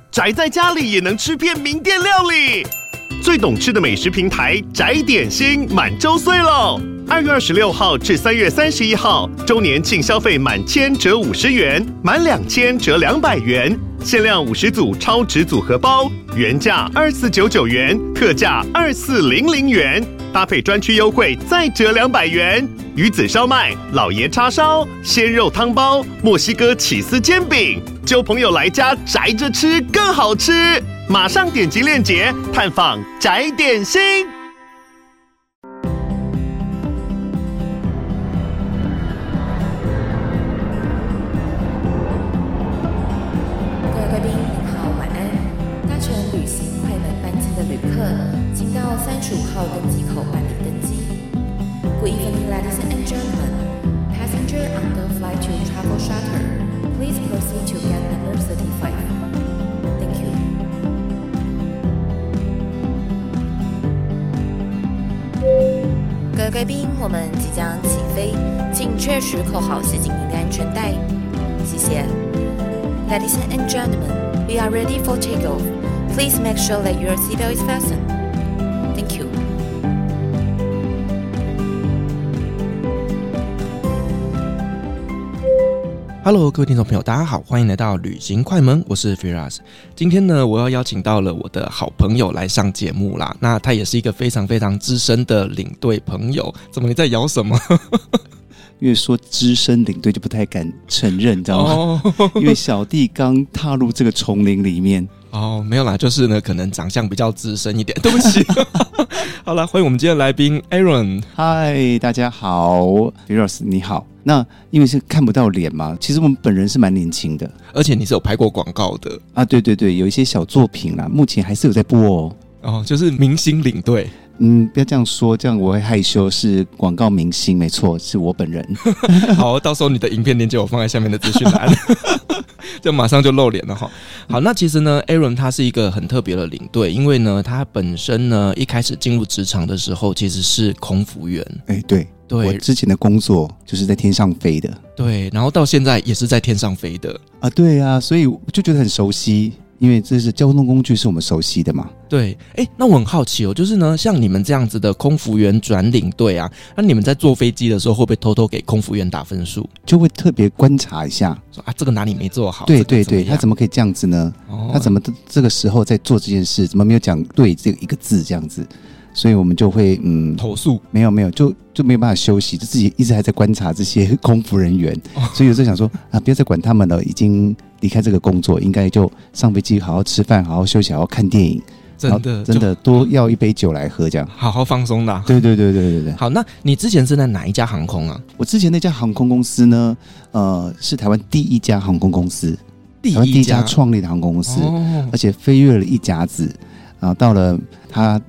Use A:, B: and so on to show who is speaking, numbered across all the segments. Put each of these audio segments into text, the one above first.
A: 宅在家里也能吃遍名店料理。最懂吃的美食平台宅点心满周岁喽！2月26号至3月31号，周年庆消费满1000折50元，满2000折200元，限量50组超值组合包，原价2499元，特价2400元，搭配专区优惠再折200元。鱼子烧麦、老爷叉烧、鲜肉汤包、墨西哥起司煎饼，揪朋友来家宅着吃更好吃。马上点击链接探访宅点心。
B: 各位贵宾您好，晚安。搭乘旅行快门班机的旅客，请到35号登机口办理登机。Good evening, ladies and gentlemen. Passenger on the flight to Travel Charter, please proceed to gate number 35. Thank you. 各位贵宾，我们即将起飞，请确实扣好系紧您的安全带。谢谢。Ladies and gentlemen, we are ready for takeoff. Please make sure that your seatbelt is fastened. Thank you.
C: Hello， 各位听众朋友，大家好，欢迎来到旅行快门，我是 Firas。今天呢，我要邀请到了我的好朋友来上节目啦。那他也是一个非常非常资深的领队朋友。怎么你在摇什么？
D: 因为说资深领队就不太敢承认，你知道吗？因为小弟刚踏入这个丛林里面。
C: 哦，没有啦，就是呢，可能长相比较资深一点，对不起。好啦，欢迎我们今天的来宾 Aaron。
D: 嗨，大家好 ，Firas 你好。那因为是看不到脸嘛，其实我们本人是蛮年轻的，
C: 而且你是有拍过广告的
D: 啊？对对对，有一些小作品啦，目前还是有在播哦。
C: 哦，就是明星领队。
D: 不要这样说，这样我会害羞。是广告明星，没错，是我本人。
C: 好，到时候你的影片链接我放在下面的资讯栏，就马上就露脸了哈。好，那其实呢 ，Aaron 他是一个很特别的领队，因为呢，他本身呢一开始进入职场的时候其实是空服员。
D: 对。我之前的工作就是在天上飞的，
C: 对，然后到现在也是在天上飞的
D: 啊，对啊，所以我就觉得很熟悉，因为这是交通工具是我们熟悉的嘛。
C: 对，那我很好奇哦，就是呢，像你们这样子的空服员转领队啊，那你们在坐飞机的时候会不会偷偷给空服员打分数？
D: 就会特别观察一下，
C: 说啊，这个哪里没做好？
D: 对对对，他怎么可以这样子呢？他怎么这个时候在做这件事，怎么没有讲对这一个字这样子？所以我们就会
C: 投诉，
D: 没有就没有办法休息，就自己一直还在观察这些空服人员，所以有时候想说啊，不要再管他们了，已经离开这个工作，应该就上飞机好好吃饭，好好休息，好好看电影，真的多要一杯酒来喝，这样
C: 好好放松啦。
D: 对。
C: 好，那你之前是在哪一家航空啊？
D: 我之前那家航空公司呢，是台湾第一家航空公司，台湾第一家创立的航空公司，而且飞跃了一甲子。到了他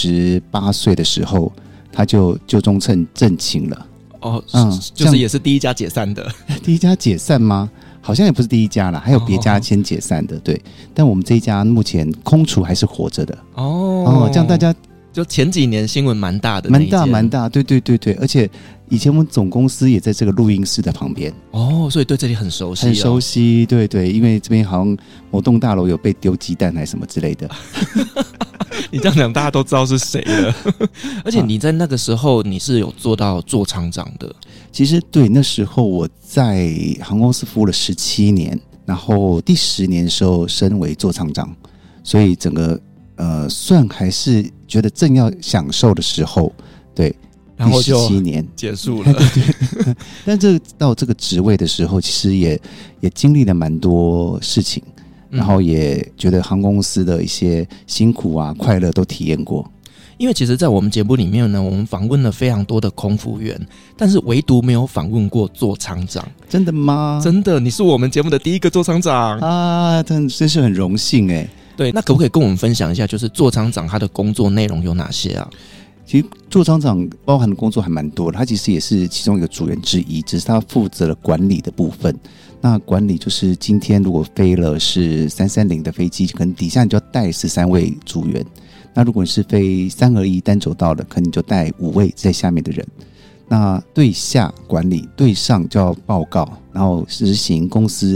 D: 68岁的时候，他就中正请了。
C: 就是也是第一家解散的。
D: 第一家解散吗？好像也不是第一家啦，还有别家先解散的。对，但我们这一家目前空厨还是活着的。这样大家
C: 就前几年新闻蛮大的，
D: 蛮大，对，而且以前我们总公司也在这个录音室的旁边。
C: 所以对这里很熟悉，
D: 很熟悉，对，因为这边好像某栋大楼有被丢鸡蛋还是什么之类的。
C: 你这样讲大家都知道是谁了。而且你在那个时候你是有做到座舱长的。
D: 其实对，那时候我在航空公司服务了17年，然后第10年的时候升为座舱长，所以整个算还是觉得正要享受的时候，对，
C: 然后就
D: 17年
C: 结束了。
D: 对，但到这个职位的时候，其实也经历了蛮多事情，然后也觉得航空公司的一些辛苦啊、快乐都体验过。
C: 因为其实在我们节目里面呢，我们访问了非常多的空服员，但是唯独没有访问过座舱长。
D: 真的吗？
C: 真的，你是我们节目的第一个座舱长
D: 啊，真是很荣幸哎。
C: 对，那可不可以跟我们分享一下，就是座舱长他的工作内容有哪些啊？
D: 其实座舱长包含的工作还蛮多的，他其实也是其中一个组员之一，只是他负责了管理的部分。那管理就是今天如果飞了是330的飞机，可能底下你就要带13位组员。那如果你是飞321单走道的，可能你就带5位在下面的人。那对下管理，对上就要报告，然后实行公司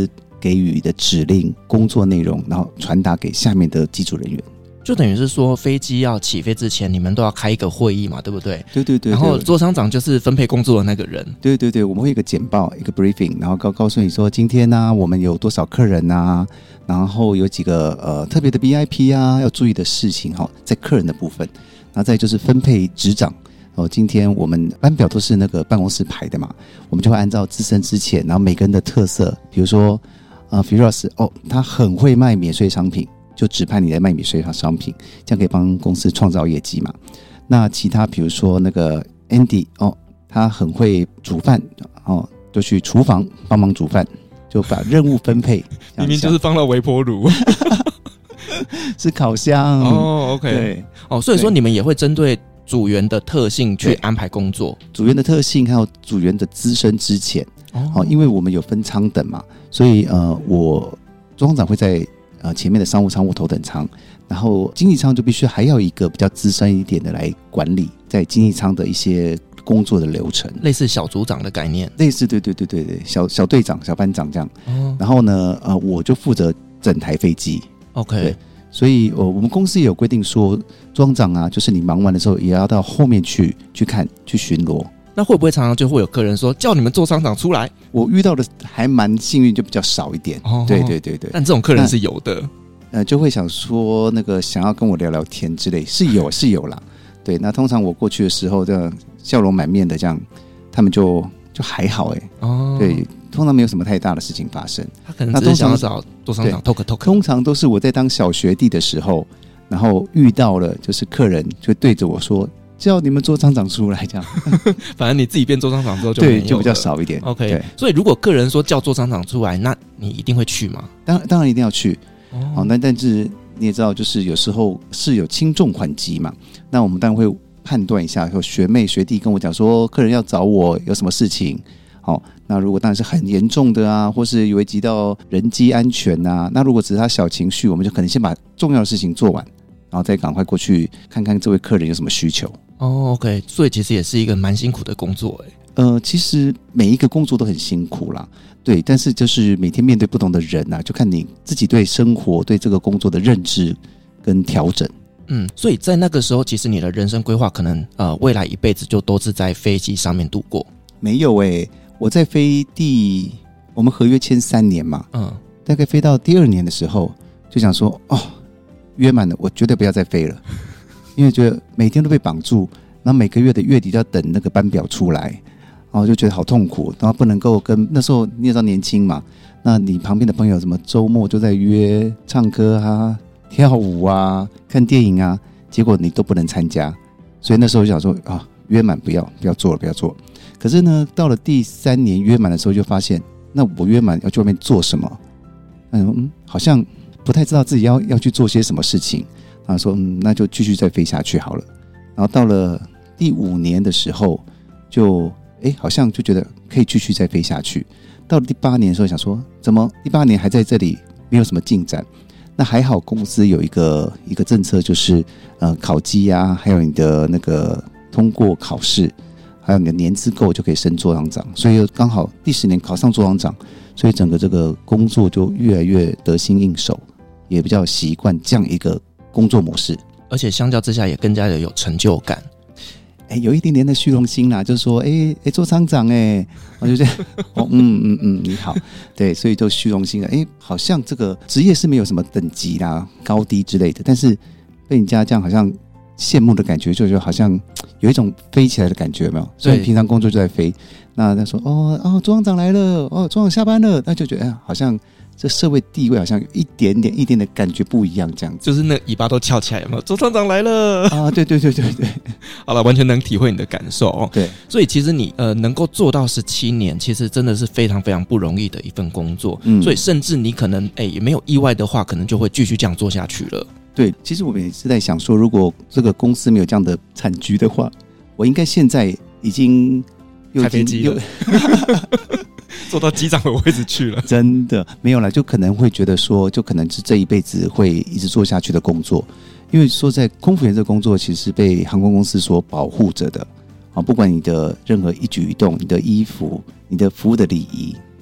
D: 给予的指令、工作内容，然后传达给下面的机组人员。
C: 就等于是说，飞机要起飞之前，你们都要开一个会议嘛，对不对？
D: 对对对。
C: 然后座舱长就是分配工作的那个人。
D: 对对对，我们会有一个简报，一个 briefing， 然后告诉你说今天呢、我们有多少客人啊，然后有几个特别的 VIP 啊要注意的事情哈，在客人的部分，然后再就是分配职掌。今天我们班表都是那个办公室排的嘛，我们就会按照自身之前，然后每个人的特色，比如说Firas 他很会卖免税商品，就指派你来卖免税商品，这样可以帮公司创造业绩嘛。那其他比如说那个 Andy 他很会煮饭就去厨房帮忙煮饭，就把任务分配。
C: 明明就是放到微波炉，
D: 是烤箱
C: OK
D: 对
C: 所以说你们也会针对组员的特性去安排工作，
D: 组员的特性还有组员的资深之前因为我们有分舱等嘛，所以我座舱长会在前面的商务舱或头等舱，然后经济舱就必须还要一个比较资深一点的来管理在经济舱的一些工作的流程，
C: 类似小组长的概念，
D: 类似对小队长、小班长这样。然后呢我就负责整台飞机。
C: OK，
D: 对，所以我们公司也有规定说，座舱长啊，就是你忙完的时候也要到后面去看、去巡逻。
C: 那会不会常常就会有客人说叫你们座舱长出来？
D: 我遇到的还蛮幸运，就比较少一点。对。
C: 但这种客人是有的。
D: 就会想说那个想要跟我聊聊天之类，是有啦。对，那通常我过去的时候，这样笑容满面的这样，他们就还好对，通常没有什么太大的事情发生。
C: 他可能只是想要找座舱长 talk。
D: 通常都是我在当小学弟的时候，然后遇到了就是客人就对着我说叫你们座舱长出来这样。
C: 反正你自己变座舱长之后就没有了，
D: 对，就比较少一点。
C: OK， 所以如果客人说叫座舱长出来，那你一定会去吗？
D: 当然一定要去。但是你也知道，就是有时候是有轻重缓急嘛。那我们当然会判断一下，说学妹学弟跟我讲说客人要找我有什么事情。那如果当然是很严重的啊，或是危及到人机安全啊，那如果只是他小情绪，我们就可能先把重要的事情做完，然后再赶快过去看看这位客人有什么需求。
C: OK， 所以其实也是一个蛮辛苦的工作
D: 其实每一个工作都很辛苦啦，对，但是就是每天面对不同的人啊，就看你自己对生活、对这个工作的认知跟调整。
C: 所以在那个时候，其实你的人生规划可能未来一辈子就都是在飞机上面度过。
D: 没有我在飞我们合约签3年嘛，大概飞到第2年的时候，就想说约满了，我绝对不要再飞了，因为觉得每天都被绑住，然后每个月的月底都要等那个班表出来，然后就觉得好痛苦，然后不能够跟那时候你也知道年轻嘛，那你旁边的朋友什么周末就在约唱歌啊、跳舞啊、看电影啊，结果你都不能参加，所以那时候就想说约满不要做了。可是呢，到了第3年约满的时候，就发现那我约满要去外面做什么？好像不太知道自己要去做些什么事情。然后说那就继续再飞下去好了。然后到了第5年的时候，就好像就觉得可以继续再飞下去。到了第8年的时候，想说怎么第8年还在这里没有什么进展？那还好，公司有一个政策，就是考绩啊，还有你的那个通过考试。还有你的年资够就可以升座舱长，所以刚好第10年考上座舱长，所以整个这个工作就越来越得心应手，也比较习惯这样一个工作模式，
C: 而且相较之下也更加的有成就感。
D: 有一点点的虚荣心啦，就是说座舱长我就觉得你好，对，所以就虚荣心了，好像这个职业是没有什么等级啦、高低之类的，但是被人家这样好像羡慕的感觉，就好像有一种飞起来的感觉，有没有？所以平常工作就在飞，那他说座舱长来了，座舱长下班了，那就觉得好像这社会地位好像有一点点的感觉不一样，这样子，
C: 就是那尾巴都翘起来，有没有？座舱长来了
D: 啊！对，
C: 好了，完全能体会你的感受
D: 对，
C: 所以其实你能够做到17年，其实真的是非常非常不容易的一份工作。所以甚至你可能也没有意外的话，可能就会继续这样做下去了。
D: 对，其实我们也是在想说，如果这个公司没有这样的惨局的话，我应该现在已经
C: 开飞机了，坐到机长的位置去了。
D: 真的没有啦，就可能会觉得说，就可能是这一辈子会一直做下去的工作，因为说在空服员这个工作其实被航空公司所保护着的不管你的任何一举一动，你的衣服、你的服务的礼仪，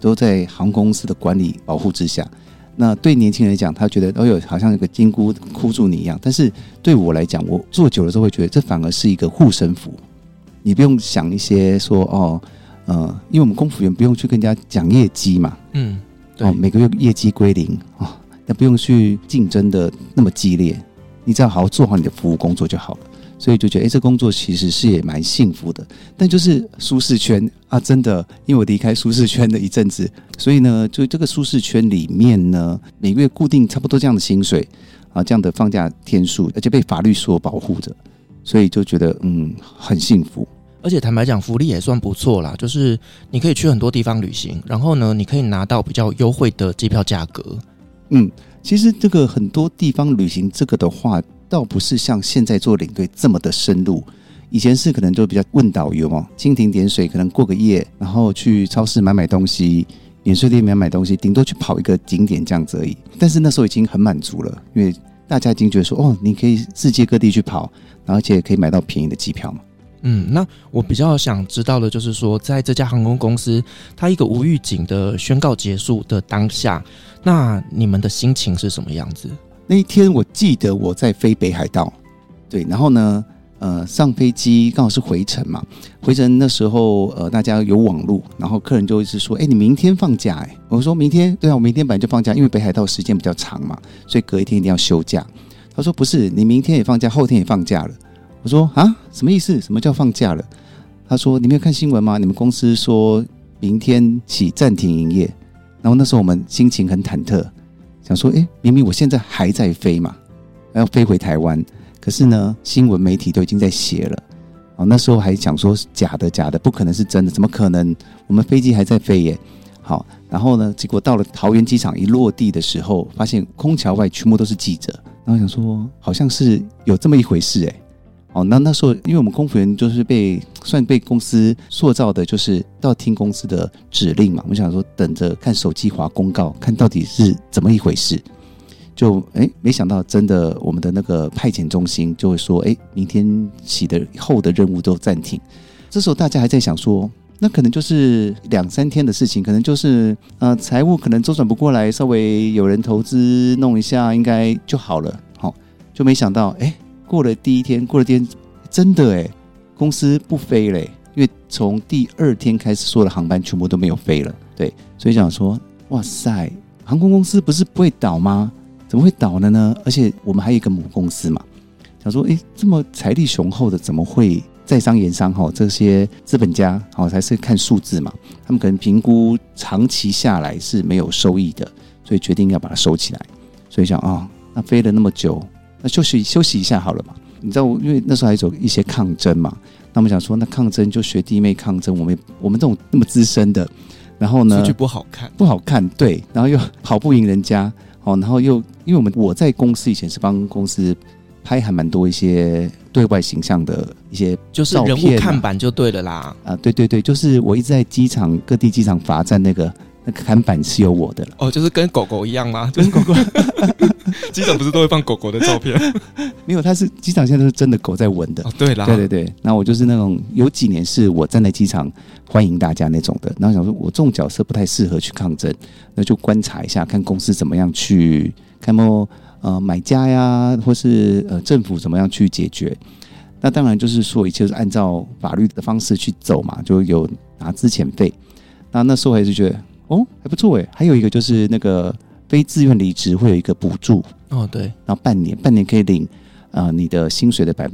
D: 都在航空公司的管理保护之下。那对年轻人来讲，他觉得好像有个金箍箍住你一样，但是对我来讲，我做久了之后会觉得这反而是一个护身符。你不用想一些说因为我们空服员不用去跟人家讲业绩嘛，对，每个月业绩归零那不用去竞争的那么激烈，你只要好好做好你的服务工作就好了。所以就觉得这工作其实是也蛮幸福的，但就是舒适圈啊，真的，因为我离开舒适圈的一阵子，所以呢，就这个舒适圈里面呢，每个月固定差不多这样的薪水啊，这样的放假天数，而且被法律所保护着，所以就觉得很幸福。
C: 而且坦白讲，福利也算不错啦，就是你可以去很多地方旅行，然后呢，你可以拿到比较优惠的机票价格。
D: 其实这个很多地方旅行这个的话，倒不是像现在做领队这么的深入，以前是可能就比较问导游嘛，蜻蜓点水，可能过个夜，然后去超市买东西，免税店买东西，顶多去跑一个景点这样子而已。但是那时候已经很满足了，因为大家已经觉得说，你可以世界各地去跑，然后而且可以买到便宜的机票嘛。
C: 那我比较想知道的就是说，在这家航空公司，它一个无预警的宣告结束的当下，那你们的心情是什么样子？
D: 那一天我记得我在飞北海道，对，然后呢，上飞机刚好是回程嘛，回程那时候大家有网路，然后客人就一直说，你明天放假我说明天，对啊，我明天本来就放假，因为北海道时间比较长嘛，所以隔一天一定要休假。他说不是，你明天也放假，后天也放假了。我说什么意思？什么叫放假了？他说你没有看新闻吗？你们公司说明天起暂停营业。然后那时候我们心情很忐忑，想说明明我现在还在飞嘛，要飞回台湾，可是呢新闻媒体都已经在写了。那时候还想说假的，不可能是真的，怎么可能？我们飞机还在飞耶。好，然后呢结果到了桃园机场一落地的时候，发现空桥外全部都是记者，然后想说好像是有这么一回事那时候因为我们空服员就是被公司塑造的，就是要听公司的指令嘛，我们想说等着看手机滑公告，看到底是怎么一回事。就没想到真的我们的那个派遣中心就会说明天起的后的任务都暂停。这时候大家还在想说那可能就是2-3天的事情，可能就是财务可能周转不过来，稍微有人投资弄一下应该就好了。就没想到过了第一天，真的公司不飞了因为从第2天开始，所有的航班全部都没有飞了。对，所以想说，哇塞，航空公司不是不会倒吗？怎么会倒了呢？而且我们还有一个母公司嘛，想说，这么财力雄厚的，怎么会在商言商？这些资本家才是看数字嘛，他们可能评估长期下来是没有收益的，所以决定要把它收起来。所以想那飞了那么久。那休息一下好了嘛？你知道，因为那时候还有一些抗争嘛，那我们想说，那抗争就学弟妹抗争，我们这种那么资深的，然后呢，
C: 出去不好看，
D: 对，然后又跑不赢人家，然后又因为我在公司以前是帮公司拍还蛮多一些对外形象的一些
C: 就是人物看板就对了啦。
D: 对，就是我一直在各地机场罚站那个看板是有我的了。
C: 就是跟狗狗一样吗？跟狗狗。机场不是都会放狗狗的照片？
D: 没有，它是机场现在都是真的狗在闻的。
C: 对啦，
D: 对。然后我就是那种有几年是我站在机场欢迎大家那种的，然后想说我这种角色不太适合去抗争，那就观察一下，看公司怎么样去，看有买家呀，或是政府怎么样去解决。那当然就是说，一切是按照法律的方式去走嘛，就有拿资遣费。那时候还是觉得还不错还有一个就是那个非自愿离职会有一个补助
C: 对，
D: 然后半年可以领你的薪水的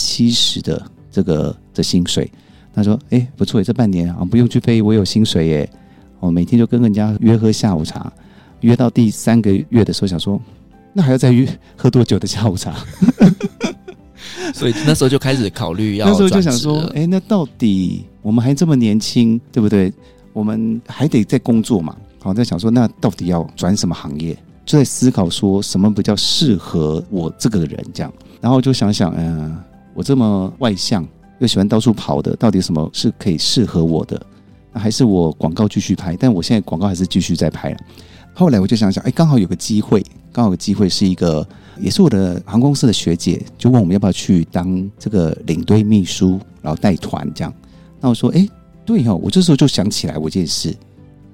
D: 70%的这个的薪水。他说不错这半年不用去飞，我有薪水耶。每天就跟人家约喝下午茶，约到第3个月的时候想说，那还要再约喝多久的下午茶？
C: 所以那时候就开始考虑要转职了。
D: 那时候就想说那到底我们还这么年轻，对不对？我们还得在工作嘛，在想说那到底要转什么行业，就在思考说什么比较适合我这个人这样。然后就想我这么外向又喜欢到处跑的，到底什么是可以适合我的？那还是我广告继续拍，但我现在广告还是继续在拍了。后来我就想刚好有个机会是一个也是我的航空公司的学姐，就问我们要不要去当这个领队秘书，然后带团这样。那我说对我这时候就想起来我一件事，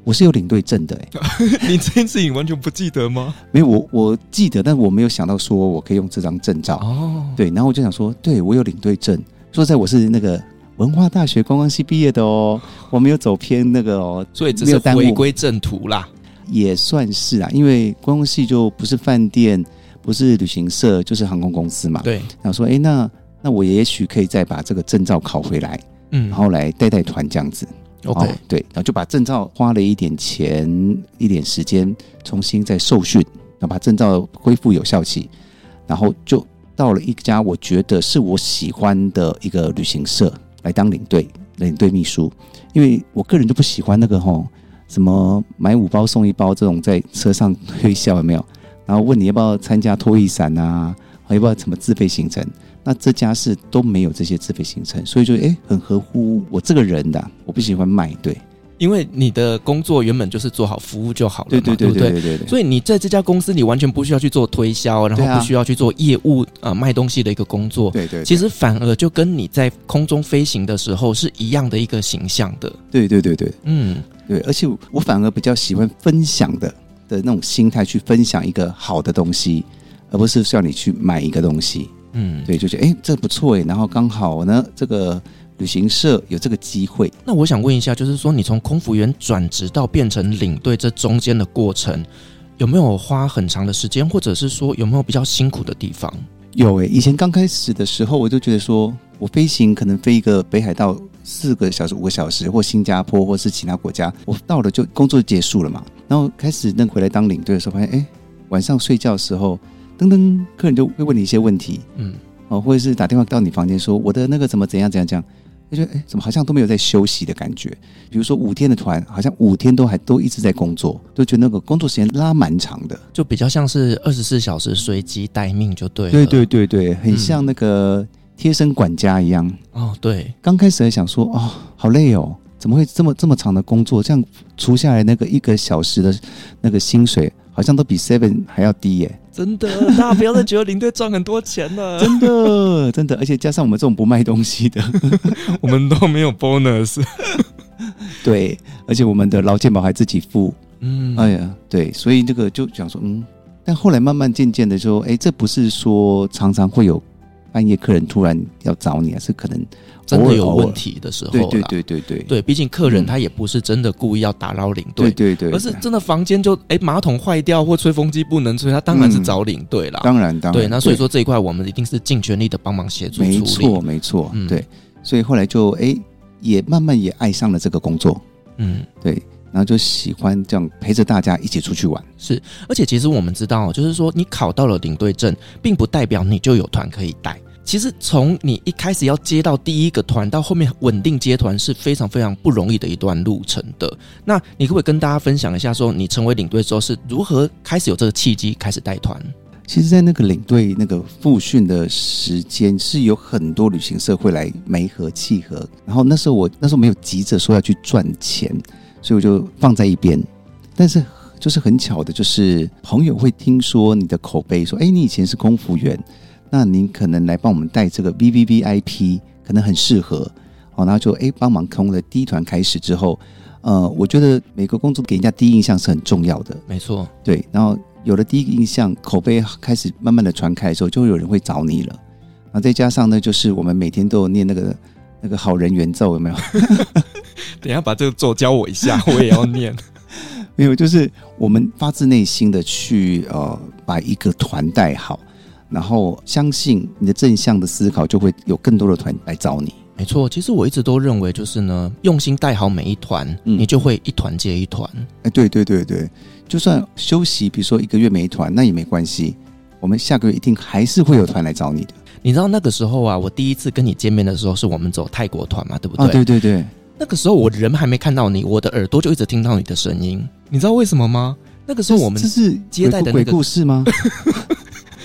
D: 我是有领队证的
C: 你这件事情完全不记得吗？
D: 没有，我记得，但我没有想到说我可以用这张证照。对，然后我就想说，对，我有领队证，说实在我是那个文化大学观光系毕业的哦，我没有走偏那个哦，
C: 所以只是回归正途啦，
D: 也算是啦，因为观光系就不是饭店，不是旅行社，就是航空公司嘛。
C: 对，
D: 然后说，那我也许可以再把这个证照考回来，然后来带团这样子。
C: OK，
D: 对，然后就把证照花了一点钱、一点时间，重新再受训，然后把证照恢复有效期，然后就到了一家我觉得是我喜欢的一个旅行社来当领队秘书，因为我个人就不喜欢那个什么买5包送1包这种在车上推销有没有？然后问你要不要参加拖衣伞啊，要不要什么自费行程？那这家是都没有这些自费行程，所以就很合乎我这个人的，我不喜欢卖，对。
C: 因为你的工作原本就是做好服务就好了嘛，对不对？所以你在这家公司，你完全不需要去做推销，然后不需要去做业务卖东西的一个工作。
D: 对，
C: 其实反而就跟你在空中飞行的时候是一样的一个形象的。
D: 对，对，而且我反而比较喜欢分享的那种心态去分享一个好的东西，而不是需要你去买一个东西。对，就觉得这不错然后刚好呢，这个旅行社有这个机会。
C: 那我想问一下，就是说你从空服员转职到变成领队这中间的过程，有没有花很长的时间，或者是说有没有比较辛苦的地方？
D: 有以前刚开始的时候，我就觉得说我飞行可能飞一个北海道4个小时、5个小时，或新加坡，或是其他国家，我到了就工作结束了嘛。然后开始回来当领队的时候，发现晚上睡觉的时候，噔噔，客人就会问你一些问题，或者是打电话到你房间说我的那个怎么怎样，就觉得怎么好像都没有在休息的感觉。比如说5天的团，好像5天都一直在工作，都觉得那个工作时间拉蛮长的，
C: 就比较像是24小时随机待命就对了。
D: 对，很像那个贴身管家一样。
C: 对，
D: 刚开始还想说好累哦，怎么会这么长的工作，这样除下来那个1个小时的那个薪水好像都比 Seven 还要低耶。
C: 真的，大家不要再觉得领队赚很多钱了。
D: 真的，而且加上我们这种不卖东西的
C: 我们都没有 bonus
D: 对，而且我们的劳健保还自己付。对，所以这个就想说但后来慢慢渐渐的说这不是说常常会有半夜客人突然要找你，是可能
C: 真的有问题的时候啦。
D: 对，
C: 毕竟客人他也不是真的故意要打扰领队，
D: 对，
C: 而是真的房间就马桶坏掉或吹风机不能吹，他当然是找领队啦。
D: 当然，
C: 对，那所以说这一块我们一定是尽全力的帮忙协助处理。
D: 没错，对，所以后来就也慢慢也爱上了这个工作。对，然后就喜欢这样陪着大家一起出去玩。
C: 是，而且其实我们知道，就是说你考到了领队证，并不代表你就有团可以带。其实从你一开始要接到第一个团到后面稳定接团是非常非常不容易的一段路程的。那你可不可以跟大家分享一下说你成为领队之后是如何开始有这个契机开始带团？
D: 其实在那个领队那个复训的时间是有很多旅行社会来媒合契合，然后那时候没有急着说要去赚钱，所以我就放在一边。但是就是很巧的，就是朋友会听说你的口碑说你以前是空服员，那您可能来帮我们带这个 VVVIP 可能很适合，然后就帮忙从了第一团开始之后，我觉得每个工作给人家第一印象是很重要的。
C: 没错，
D: 对，然后有了第一个印象，口碑开始慢慢的传开的时候，就会有人会找你了。然后再加上呢，就是我们每天都有念那个好人缘咒，有没有？
C: 等一下把这个咒教我一下，我也要念。
D: 没有，就是我们发自内心的去把一个团带好，然后相信你的正向的思考，就会有更多的团来找你。
C: 没错，其实我一直都认为就是呢，用心带好每一团，你就会一团接一团。
D: 对，就算休息，比如说1个月没团，那也没关系，我们下个月一定还是会有团来找你的。
C: 你知道那个时候啊，我第一次跟你见面的时候，是我们走泰国团嘛，对不对？
D: 对。
C: 那个时候我人还没看到你，我的耳朵就一直听到你的声音。你知道为什么吗？那个时候我们
D: 这是
C: 接待的那个
D: 鬼故事吗？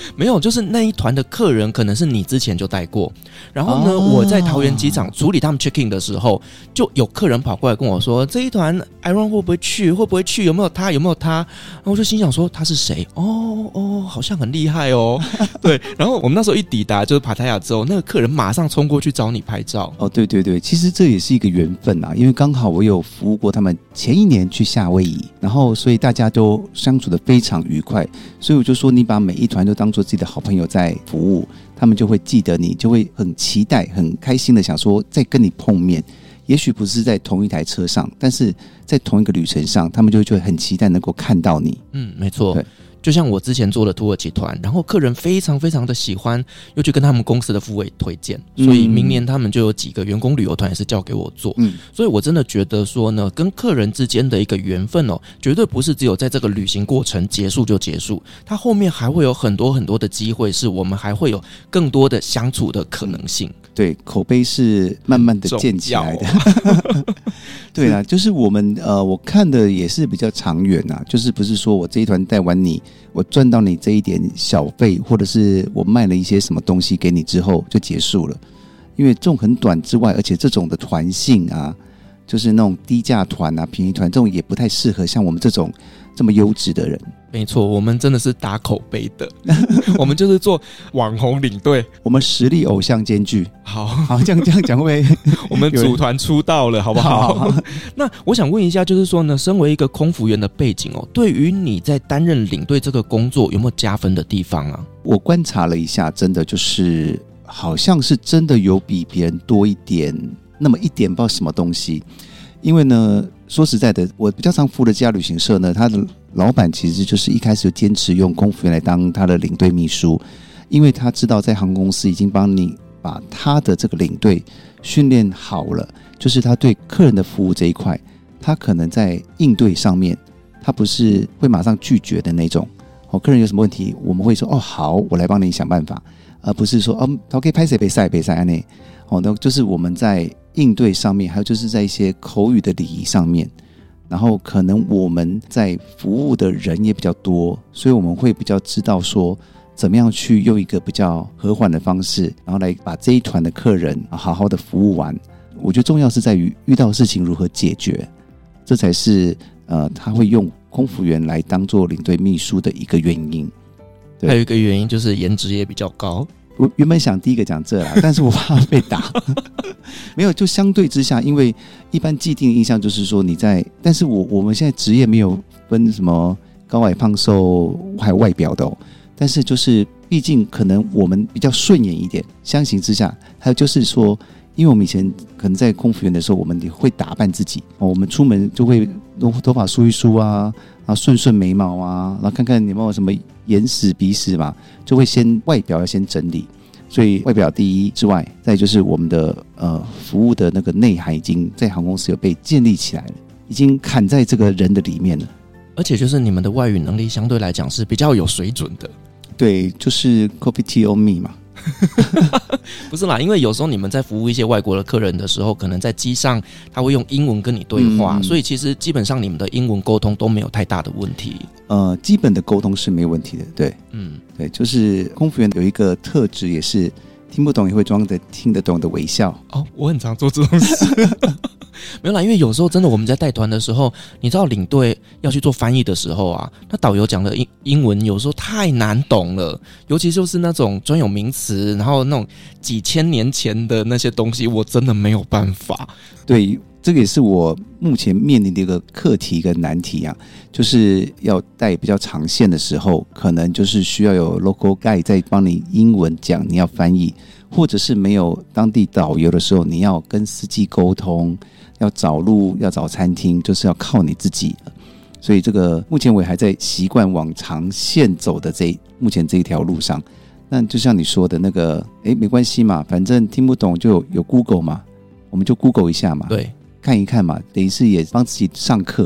C: 没有，就是那一团的客人可能是你之前就带过，然后呢，我在桃园机场处理他们 check in 的时候，就有客人跑过来跟我说，这一团 Aaron 会不会去？会不会去？有没有他？有没有他？然后我就心想说他是谁？哦，好像很厉害哦。对，然后我们那时候一抵达就是帕塔亚之后，那个客人马上冲过去找你拍照。
D: 哦，对对对，其实这也是一个缘分啊，因为刚好我有服务过他们前一年去夏威夷，然后所以大家都相处得非常愉快，所以我就说你把每一团都当作自己的好朋友在服务，他们就会记得你，就会很期待很开心的想说再跟你碰面，也许不是在同一台车上，但是在同一个旅程上，他们就会很期待能够看到你。
C: 没错，就像我之前做的土耳其团，然后客人非常非常的喜欢，又去跟他们公司的副委推荐，所以明年他们就有几个员工旅游团也是交给我做。所以我真的觉得说呢，跟客人之间的一个缘分哦，绝对不是只有在这个旅行过程结束就结束，它后面还会有很多很多的机会，是我们还会有更多的相处的可能性。
D: 对，口碑是慢慢的建起来的。对啦，就是我们我看的也是比较长远啊，就是不是说我这一团带完你，我赚到你这一点小费，或者是我卖了一些什么东西给你之后就结束了。因为这种很短之外，而且这种的团性啊，就是那种低价团啊、便宜团，这种也不太适合像我们这种这么优质的人。
C: 没错，我们真的是打口碑的，我们就是做网红领队，
D: 我们实力偶像兼具。
C: 好，
D: 这样讲会不会？
C: 我们组团出道了，好不好？好。那我想问一下，就是说呢，身为一个空服员的背景哦，对于你在担任领队这个工作，有没有加分的地方啊？
D: 我观察了一下，真的就是好像是真的有比别人多一点，那么一点不知道什么东西。因为呢，说实在的，我比较常服的这家旅行社呢，他的老板其实就是一开始就坚持用空服员来当他的领队秘书，因为他知道在航空公司已经帮你把他的这个领队训练好了，就是他对客人的服务这一块，他可能在应对上面，他不是会马上拒绝的那种。客人有什么问题，我们会说好，我来帮你想办法，而不是说他可以拍谁比赛那那就是我们在应对上面，还有就是在一些口语的礼仪上面，然后可能我们在服务的人也比较多，所以我们会比较知道说怎么样去用一个比较和缓的方式，然后来把这一团的客人好好的服务完。我觉得重要是在于遇到事情如何解决，这才是他会用空服员来当做领队秘书的一个原因。
C: 还有一个原因就是颜值也比较高。
D: 我原本想第一个讲这啦，但是我怕被打。没有，就相对之下，因为一般既定的印象就是说你在，但是我们现在职业没有分什么高矮胖瘦还有外表的但是就是毕竟可能我们比较顺眼一点，相形之下，还有就是说，因为我们以前可能在空服员的时候，我们也会打扮自己我们出门就会头发梳一梳啊，然后顺眉毛啊，然后看看有没有什么眼屎鼻屎嘛，就会先外表要先整理。所以外表第一之外，再就是我们的服务的那个内涵已经在航空公司有被建立起来了，已经砍在这个人的里面了。
C: 而且就是你们的外语能力相对来讲是比较有水准的。
D: 对，就是 copy tea on me 嘛。
C: 不是啦，因为有时候你们在服务一些外国的客人的时候，可能在机上他会用英文跟你对话，所以其实基本上你们的英文沟通都没有太大的问题。
D: 基本的沟通是没问题的，对，对，就是空服员有一个特质，也是听不懂也会装的听得懂的微笑。
C: 我很常做这种事。没有啦，因为有时候真的我们在带团的时候，你知道领队要去做翻译的时候啊，那导游讲的英文有时候太难懂了，尤其就是那种专有名词，然后那种几千年前的那些东西，我真的没有办法。
D: 对，这个也是我目前面临的一个课题跟难题啊，就是要带比较长线的时候，可能就是需要有 local guide 在帮你英文讲，你要翻译，或者是没有当地导游的时候，你要跟司机沟通，要找路，要找餐厅，就是要靠你自己。所以这个目前我也还在习惯往长线走的目前这一条路上。那就像你说的那个，没关系嘛，反正听不懂就有 Google 嘛，我们就 Google 一下嘛，
C: 对，
D: 看一看嘛，等于是也帮自己上课嘛。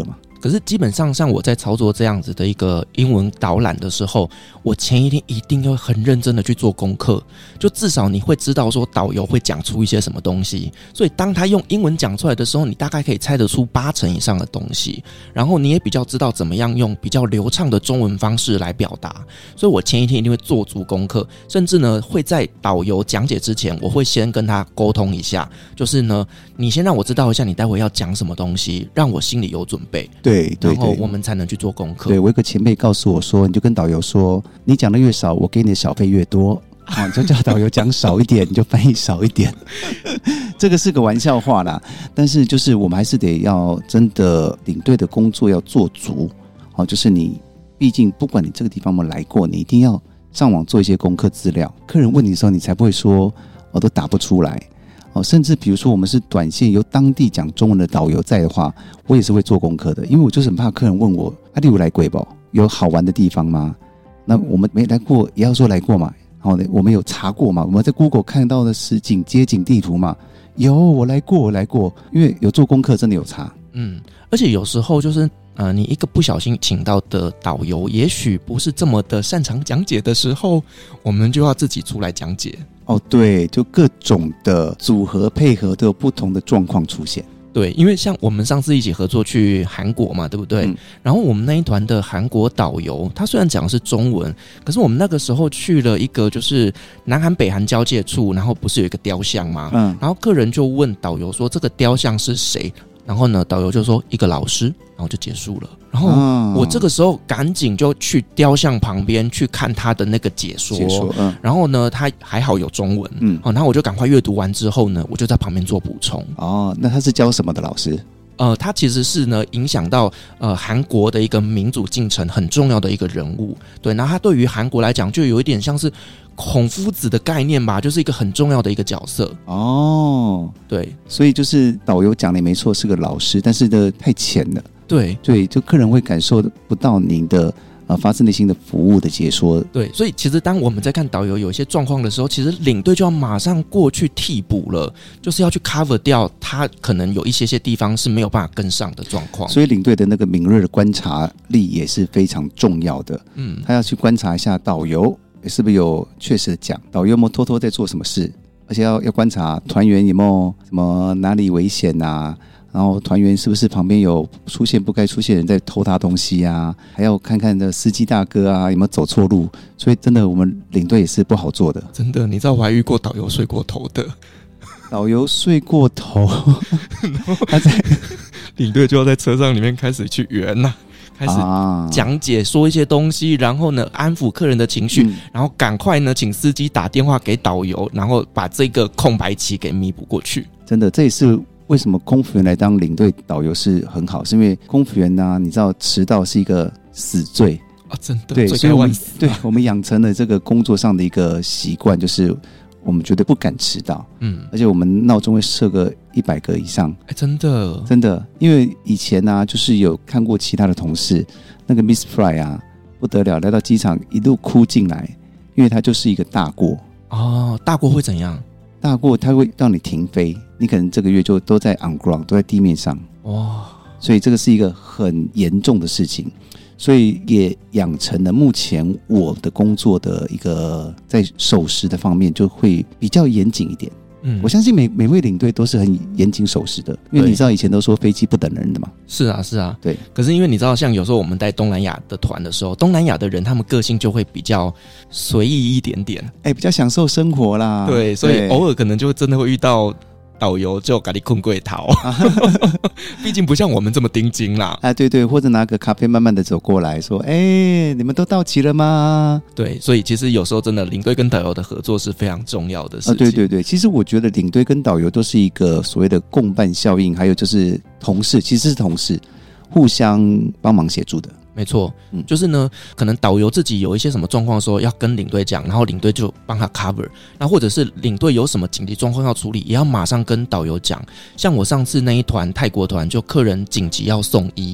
C: 可是基本上像我在操作这样子的一个英文导览的时候，我前一天一定要很认真的去做功课，就至少你会知道说导游会讲出一些什么东西，所以当他用英文讲出来的时候，你大概可以猜得出80%以上的东西，然后你也比较知道怎么样用比较流畅的中文方式来表达。所以我前一天一定会做足功课，甚至呢会在导游讲解之前，我会先跟他沟通一下，就是呢你先让我知道一下你待会要讲什么东西，让我心里有准备，
D: 对，
C: 然后我们才能去做功课。
D: 对，我有个前辈告诉我说，你就跟导游说，你讲的越少，我给你的小费越多。你就叫导游讲少一点，你就翻译少一点。这个是个玩笑话啦，但是就是我们还是得要真的领队的工作要做足。就是你毕竟不管你这个地方有没有来过，你一定要上网做一些功课资料。客人问你的时候，你才不会说我都打不出来。甚至比如说我们是短线由当地讲中文的导游在的话，我也是会做功课的，因为我就是很怕客人问我你有来过不？有好玩的地方吗？那我们没来过也要说来过嘛。我们有查过嘛？我们在 Google 看到的实景街景地图嘛？有，我来过，因为有做功课，真的有查。
C: 而且有时候就是你一个不小心请到的导游，也许不是这么的擅长讲解的时候，我们就要自己出来讲解。
D: 对，就各种的组合配合都有不同的状况出现。
C: 对，因为像我们上次一起合作去韩国嘛，对不对？然后我们那一团的韩国导游，他虽然讲的是中文，可是我们那个时候去了一个就是南韩北韩交界处，然后不是有一个雕像吗？然后客人就问导游说这个雕像是谁？然后呢，导游就说一个老师，然后就结束了。然后我这个时候赶紧就去雕像旁边去看他的那个解说，然后呢，他还好有中文，然后我就赶快阅读完之后呢，我就在旁边做补充。
D: 那他是教什么的老师？
C: 他其实是呢影响到韩国的一个民主进程很重要的一个人物，对，然后他对于韩国来讲就有一点像是孔夫子的概念吧，就是一个很重要的一个角色。对，
D: 所以就是导游讲的没错，是个老师，但是呢太浅了。
C: 对，
D: 就客人会感受不到您的发自内心的服务的解说。
C: 对，所以其实当我们在看导游有一些状况的时候，其实领队就要马上过去替补了，就是要去 cover 掉他可能有一些地方是没有办法跟上的状况。
D: 所以领队的那个敏锐的观察力也是非常重要的。他要去观察一下导游是不是有确实的讲，导游有没有偷偷在做什么事，而且要观察团员有没有什么哪里危险啊，然后团员是不是旁边有出现不该出现人在偷他东西啊，还要看看的司机大哥啊有没有走错路。所以真的我们领队也是不好做的。真
C: 的，你知道我还遇过导游睡过头的。
D: 导游睡过头他在
C: 领队就要在车上里面开始去圆开始讲解说一些东西，然后呢安抚客人的情绪，然后赶快呢请司机打电话给导游，然后把这个空白期给弥补过去。
D: 真的，这也是为什么空服员来当领队导游是很好，是因为空服员你知道迟到是一个死罪
C: 真的，
D: 对，所以我们养成了这个工作上的一个习惯，就是我们绝对不敢迟到。而且我们闹钟会设个100个以上。
C: 真
D: 的，因为以前就是有看过其他的同事，那个 Miss Fry 不得了，来到机场一路哭进来，因为他就是一个大过。
C: 大过会怎样？
D: 大过他会让你停飞，你可能这个月就都在 on ground， 都在地面上。所以这个是一个很严重的事情。所以也养成了目前我的工作的一个在守时的方面就会比较严谨一点。我相信每位领队都是很严谨守时的，因为你知道以前都说飞机不等人的嘛。
C: 是啊，
D: 对。
C: 可是因为你知道，像有时候我们在东南亚的团的时候，东南亚的人他们个性就会比较随意一点点，
D: 比较享受生活啦。
C: 对，所以偶尔可能就真的会遇到导游就给你困柜逃，毕竟不像我们这么盯紧啦。
D: 对，或者拿个咖啡慢慢的走过来说，你们都到齐了吗？
C: 对，所以其实有时候真的领队跟导游的合作是非常重要的事情。
D: 对，其实我觉得领队跟导游都是一个所谓的共伴效应，还有就是同事，其实是同事互相帮忙协助的。
C: 没错，就是呢，可能导游自己有一些什么状况的时候要跟领队讲，然后领队就帮他 cover， 那或者是领队有什么紧急状况要处理，也要马上跟导游讲。像我上次那一团泰国团，就客人紧急要送医，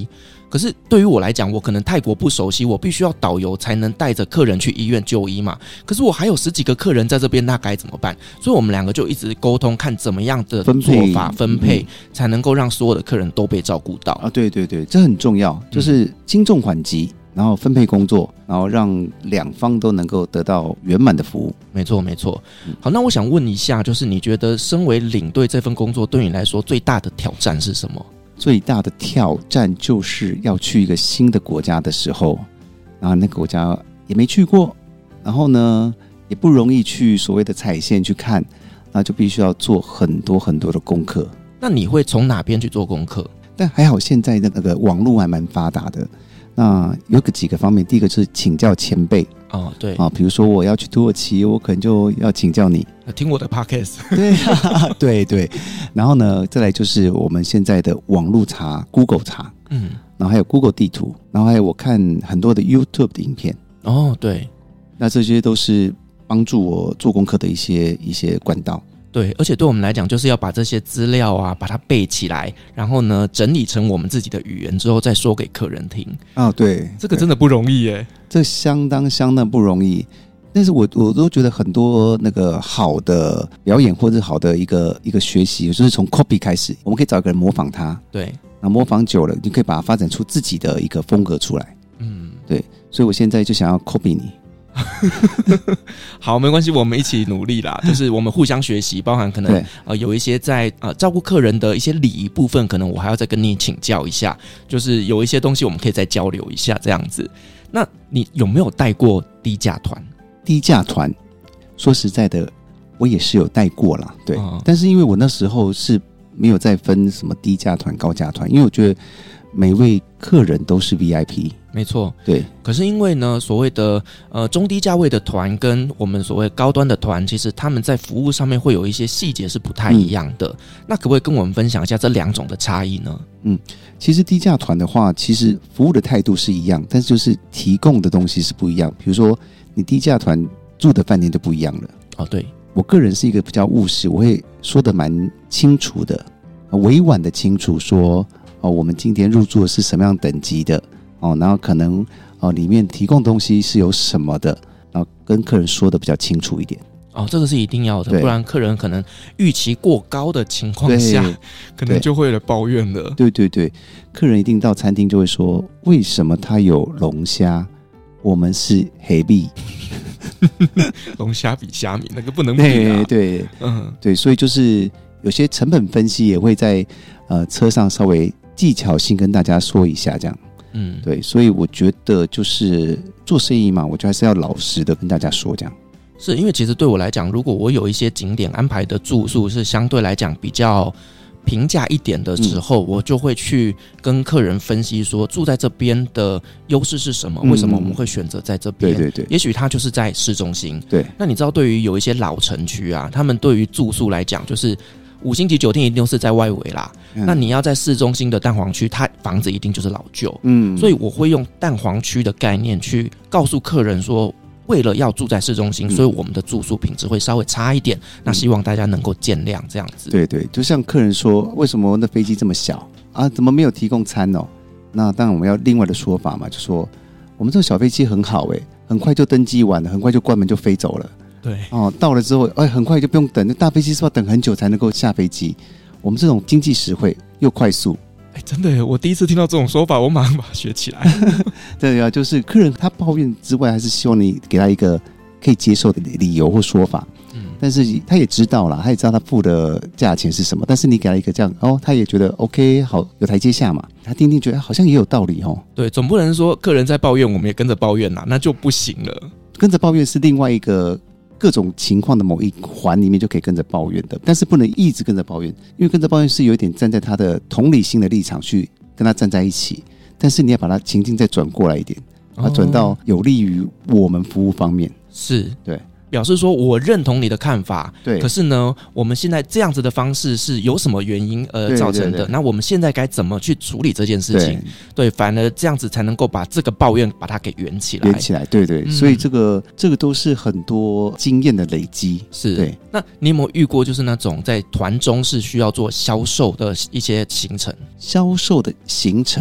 C: 可是对于我来讲，我可能泰国不熟悉，我必须要导游才能带着客人去医院就医嘛。可是我还有10几个客人在这边，那该怎么办？所以我们2个就一直沟通，看怎么样的做法分配，才能够让所有的客人都被照顾到啊。
D: 对对对，这很重要，就是轻重缓急，然后分配工作，然后让2方都能够得到圆满的服务。
C: 没错没错。好，那我想问一下，就是你觉得身为领队这份工作对你来说最大的挑战是什么？
D: 最大的挑战就是要去一个新的国家的时候，然后那个国家也没去过，然后呢也不容易去所谓的踩线去看，那就必须要做很多很多的功课。
C: 那你会从哪边去做功课？
D: 但还好现在那个网络还蛮发达的，那有几个方面，第一个就是请教前辈。
C: 哦，对
D: 啊，比如说我要去土耳其，我可能就要请教你，
C: 听我的 podcast。
D: 对对对，然后呢，再来就是我们现在的网络查 ，Google 查，然后还有 Google 地图，然后还有我看很多的 YouTube 的影片。
C: 哦，对，
D: 那这些都是帮助我做功课的一些管道。
C: 对，而且对我们来讲，就是要把这些资料啊，把它背起来，然后呢，整理成我们自己的语言之后，再说给客人听。啊，
D: 对，
C: 这个真的不容易耶，
D: 这相当不容易。但是我都觉得很多那个好的表演或者好的一个学习，就是从 copy 开始，我们可以找一个人模仿他，
C: 对，
D: 那模仿久了，你可以把它发展出自己的一个风格出来。对，所以我现在就想要 copy 你。
C: 好，没关系，我们一起努力啦。就是我们互相学习，包含可能有一些在照顾客人的一些礼仪部分，可能我还要再跟你请教一下。就是有一些东西我们可以再交流一下，这样子。那你有没有带过低价团？
D: 低价团，说实在的，我也是有带过啦，对。但是因为我那时候是没有再分什么低价团、高价团，因为我觉得每位客人都是 VIP。
C: 没错，
D: 对。
C: 可是因为呢，所谓的中低价位的团跟我们所谓高端的团，其实他们在服务上面会有一些细节是不太一样的。那可不可以跟我们分享一下这2种的差异呢？
D: 其实低价团的话，其实服务的态度是一样，但是就是提供的东西是不一样。比如说，你低价团住的饭店就不一样了。
C: 哦，对，
D: 我个人是一个比较务实，我会说的蛮清楚的，委婉的清楚说，我们今天入住的是什么样等级的。然后可能里面提供东西是有什么的，然后跟客人说的比较清楚一点。
C: 这个是一定要的，不然客人可能预期过高的情况下，可能就会来抱怨了。
D: 对对对，客人一定到餐厅就会说，为什么他有龙虾，我们是黑币？
C: 龙虾比虾米那个不能比啊。
D: 对，对，所以就是有些成本分析也会在车上稍微技巧性跟大家说一下，这样。对，所以我觉得就是做生意嘛，我觉得还是要老实的跟大家说这样。
C: 是因为其实对我来讲，如果我有一些景点安排的住宿是相对来讲比较平价一点的时候，我就会去跟客人分析说，住在这边的优势是什么，为什么我们会选择在这边。
D: 对对对，
C: 也许它就是在市中心。
D: 对，
C: 那你知道对于有一些老城区啊，他们对于住宿来讲就是5星级酒店一定都是在外围啦，那你要在市中心的蛋黄区，它房子一定就是老旧。所以我会用蛋黄区的概念去告诉客人说，为了要住在市中心，所以我们的住宿品质会稍微差一点，那希望大家能够见谅这样子。
D: 对对，就像客人说，为什么那飞机这么小啊？怎么没有提供餐哦？那当然我们要另外的说法嘛，就说我们这个小飞机很好很快就登机完了，很快就关门就飞走了。
C: 对
D: 到了之后，很快就不用等。那大飞机是要等很久才能够下飞机。我们这种经济实惠又快速，
C: 真的耶，我第一次听到这种说法，我马上把它学起来。
D: 对啊，就是客人他抱怨之外，还是希望你给他一个可以接受的理由或说法。但是他也知道啦，他也知道他付的价钱是什么，但是你给他一个这样，他也觉得 OK， 好，有台阶下嘛。他听听觉得好像也有道理
C: 对，总不能说客人在抱怨，我们也跟着抱怨啦，那就不行了。
D: 跟着抱怨是另外一个各种情况的某一环里面就可以跟着抱怨的，但是不能一直跟着抱怨，因为跟着抱怨是有一点站在他的同理心的立场去跟他站在一起，但是你要把他情境再转过来一点，把它转到有利于我们服务方面。
C: 是，
D: 对，
C: 表示说我认同你的看法，
D: 对，
C: 可是呢，我们现在这样子的方式是有什么原因造成的？对，那我们现在该怎么去处理这件事情？对，反而这样子才能够把这个抱怨把它给圆起来。
D: 对对，所以这个都是很多经验的累积。
C: 是，
D: 对。
C: 那你有没有遇过就是那种在团中是需要做销售的一些行程？
D: 销售的行程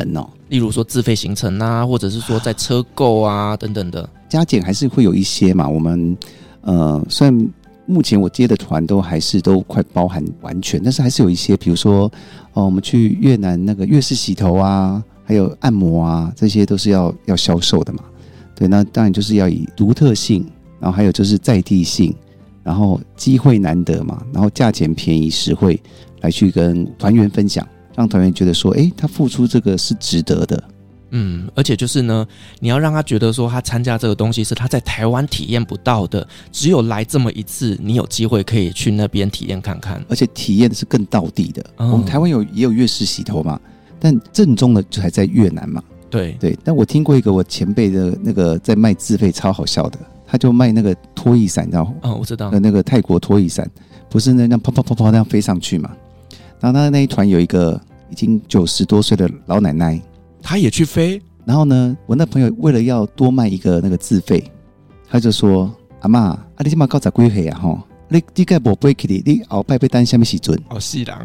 C: 例如说自费行程啊，或者是说在车购啊等等的。
D: 加减还是会有一些嘛，我们虽然目前我接的团都还是都快包含完全，但是还是有一些，比如说我们去越南那个越式洗头啊，还有按摩啊，这些都是要销售的嘛。对，那当然就是要以独特性，然后还有就是在地性，然后机会难得嘛，然后价钱便宜实惠来去跟团员分享，让团员觉得说他付出这个是值得的。
C: 而且就是呢，你要让他觉得说他参加这个东西是他在台湾体验不到的，只有来这么一次，你有机会可以去那边体验看看，
D: 而且体验的是更道地的。我们台湾也有越式洗头嘛，但正宗的就还在越南嘛。
C: 对，
D: 但我听过一个我前辈的那个在卖自费超好笑的，他就卖那个拖衣伞，你知道吗？
C: 我知道。
D: 那个泰国拖衣伞，不是那样啪啪啪啪那样飞上去嘛？然后他那一团有一个已经90多岁的老奶奶。
C: 他也去飞，
D: 然后呢，我那朋友为了要多卖一个那个自费，他就说：“阿嬷，你现在到90几岁啊？吼，你这个没飞去你后摆要等什么时阵？”
C: 好细郎。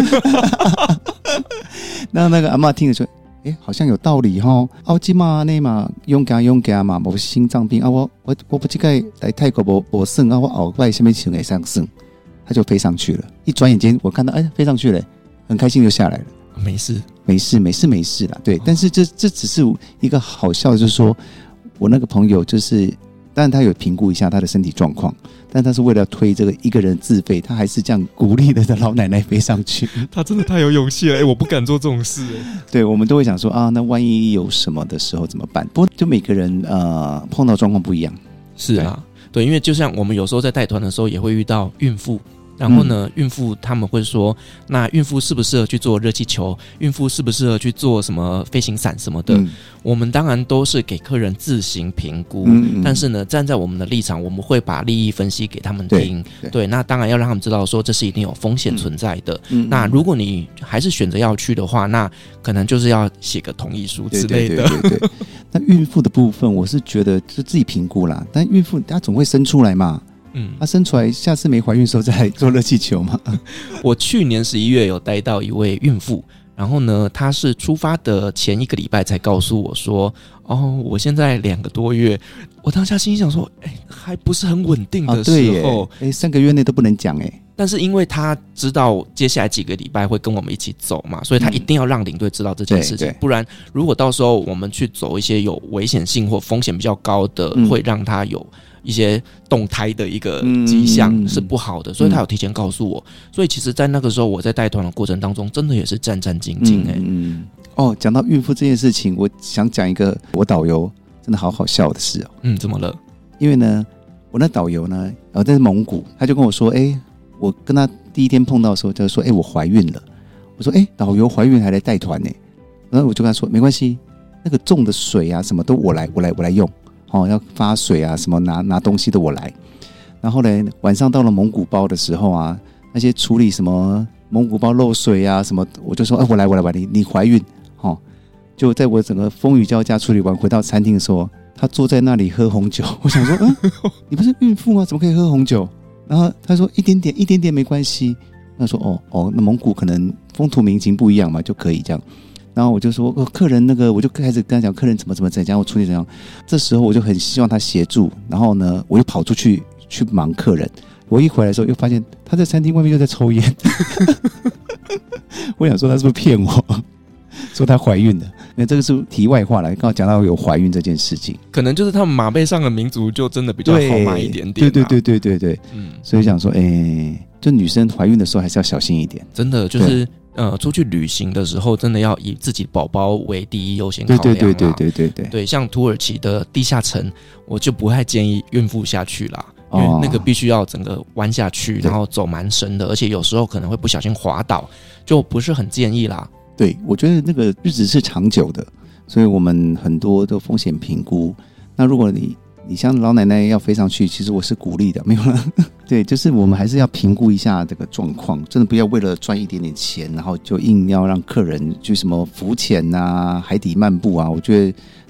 D: 那个阿嬷听了说：“好像有道理哈。我现在那嘛勇敢嘛，没心脏病啊，我不这个来泰国没算啊，我后摆什么时候会上算？”他就飞上去了。一转眼间，我看到飞上去了，很开心就下来了。没事啦，对，但是这只是一个好笑的，就是说我那个朋友就是，当然他有评估一下他的身体状况，但他是为了推这个一个人自费，他还是这样鼓励的老奶奶飞上去。
C: 他真的太有勇气了，我不敢做这种事。
D: 对，我们都会想说啊，那万一有什么的时候怎么办？不过就每个人碰到状况不一样。
C: 是啊，对，因为就像我们有时候在带团的时候也会遇到孕妇。然后呢，孕妇他们会说，那孕妇适不适合去做热气球？孕妇适不适合去做什么飞行伞什么的？我们当然都是给客人自行评估，但是呢，站在我们的立场，我们会把利益分析给他们听。对，那当然要让他们知道说这是一定有风险存在的。那如果你还是选择要去的话，那可能就是要写个同意书之类的。
D: 对。那孕妇的部分，我是觉得就自己评估啦。但孕妇她总会生出来嘛。她生出来，下次没怀孕的时候再来做热气球嘛。
C: 我去年11月有带到一位孕妇，然后呢，她是出发的前1个礼拜才告诉我说，我现在2个多月。我当下心里想说，还不是很稳定的时候
D: ，3个月内都不能讲
C: 但是因为他知道接下来几个礼拜会跟我们一起走嘛，所以他一定要让领队知道这件事情，不然如果到时候我们去走一些有危险性或风险比较高的，会让他有一些动胎的一个迹象是不好的，所以他有提前告诉我。所以其实在那个时候我在带团的过程当中真的也是战战兢兢
D: 讲到孕妇这件事情，我想讲一个我导游真的好好笑的事
C: 怎么了？
D: 因为呢我那导游呢在蒙古，他就跟我说我跟他第一天碰到的时候就说我怀孕了。我说导游怀孕还来带团呢。然后我就跟他说没关系，那个种的水啊什么都我来用要发水啊什么拿东西的我来。然后呢晚上到了蒙古包的时候啊，那些处理什么蒙古包漏水啊什么，我就说我来你怀孕就在我整个风雨交加处理完回到餐厅的时候，他坐在那里喝红酒。我想说你不是孕妇吗？怎么可以喝红酒？然后他说一点点没关系。他说那蒙古可能风土民情不一样嘛，就可以这样。然后我就说客人那个，我就开始跟他讲客人怎么样，我处理怎样。这时候我就很希望他协助，然后呢我又跑出去忙客人。我一回来的时候又发现他在餐厅外面又在抽烟。我想说他是不是骗我说她怀孕了？因为这个是题外话了，刚好讲到有怀孕这件事情，
C: 可能就是他们马背上的民族就真的比较豪迈一点点。
D: 对，所以想说，就女生怀孕的时候还是要小心一点，
C: 真的就是出去旅行的时候，真的要以自己宝宝为第一优先考量。对，像土耳其的地下城，我就不太建议孕妇下去啦。因为那个必须要整个弯下去，然后走蛮深的，而且有时候可能会不小心滑倒，就不是很建议啦。
D: 对，我觉得那个日子是长久的，所以我们很多的风险评估。那如果你像老奶奶要飞上去，其实我是鼓励的，没有了。对，就是我们还是要评估一下这个状况，真的不要为了赚一点点钱，然后就硬要让客人去什么浮潜啊、海底漫步啊。我觉得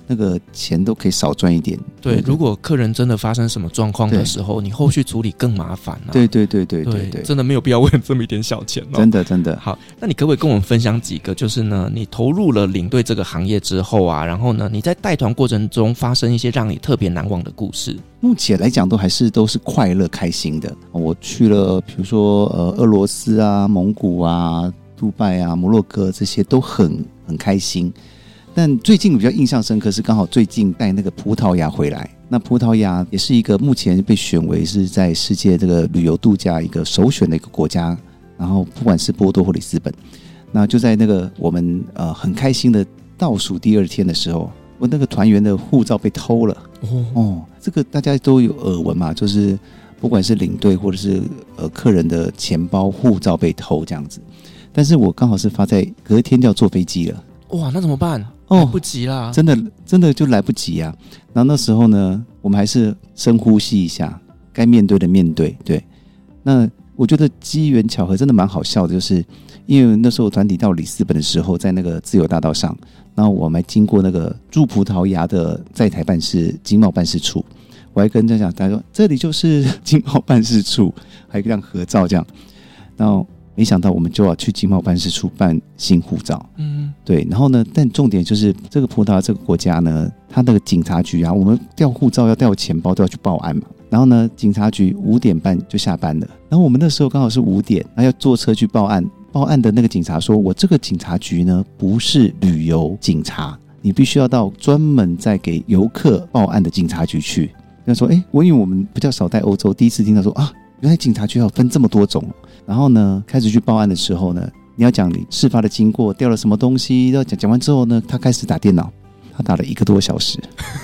D: 那个钱都可以少赚一点。
C: 对，如果客人真的发生什么状况的时候，你后续处理更麻烦啊。
D: 对，
C: 真的没有必要为了这么一点小钱
D: 真的。
C: 好，那你可不可以跟我们分享几个，就是呢，你投入了领队这个行业之后啊，然后呢，你在带团过程中发生一些让你特别难忘的故事？
D: 目前来讲都是快乐开心的。我去了比如说俄罗斯啊、蒙古啊、杜拜啊、摩洛哥，这些都很开心。但最近比较印象深刻是刚好最近带那个葡萄牙回来，那葡萄牙也是一个目前被选为是在世界这个旅游度假一个首选的一个国家，然后不管是波多或里斯本，那就在那个我们很开心的倒数第2天的时候，我那个团员的护照被偷了。这个大家都有耳闻嘛，就是不管是领队或者是客人的钱包护照被偷这样子，但是我刚好是发在隔天就要坐飞机了。
C: 哇，那怎么办？来不及啦，真的就来不及啊。然后那时候呢，我们还是深呼吸一下，该面对的面对。对，那我觉得机缘巧合真的蛮好笑的，就是因为那时候团体到里斯本的时候，在那个自由大道上，然后我们还经过那个驻葡萄牙的在台办事经贸办事处，我还跟人家讲，他说这里就是经贸办事处，还这样合照这样。然后没想到我们就要去经贸办事处办新护照。对，然后呢，但重点就是这个葡萄牙这个国家呢，它那个警察局啊，我们调护照要调钱包都要去报案嘛。然后呢，警察局5点半就下班了，然后我们那时候刚好是5点，然后要坐车去报案。报案的那个警察说，我这个警察局呢不是旅游警察，你必须要到专门在给游客报案的警察局去。他说因为我们比较少在欧洲，第一次听到说啊，原来警察局要分这么多种。然后呢，开始去报案的时候呢，你要讲你事发的经过，掉了什么东西，要讲完之后呢，他开始打电脑，他打了1个多小时。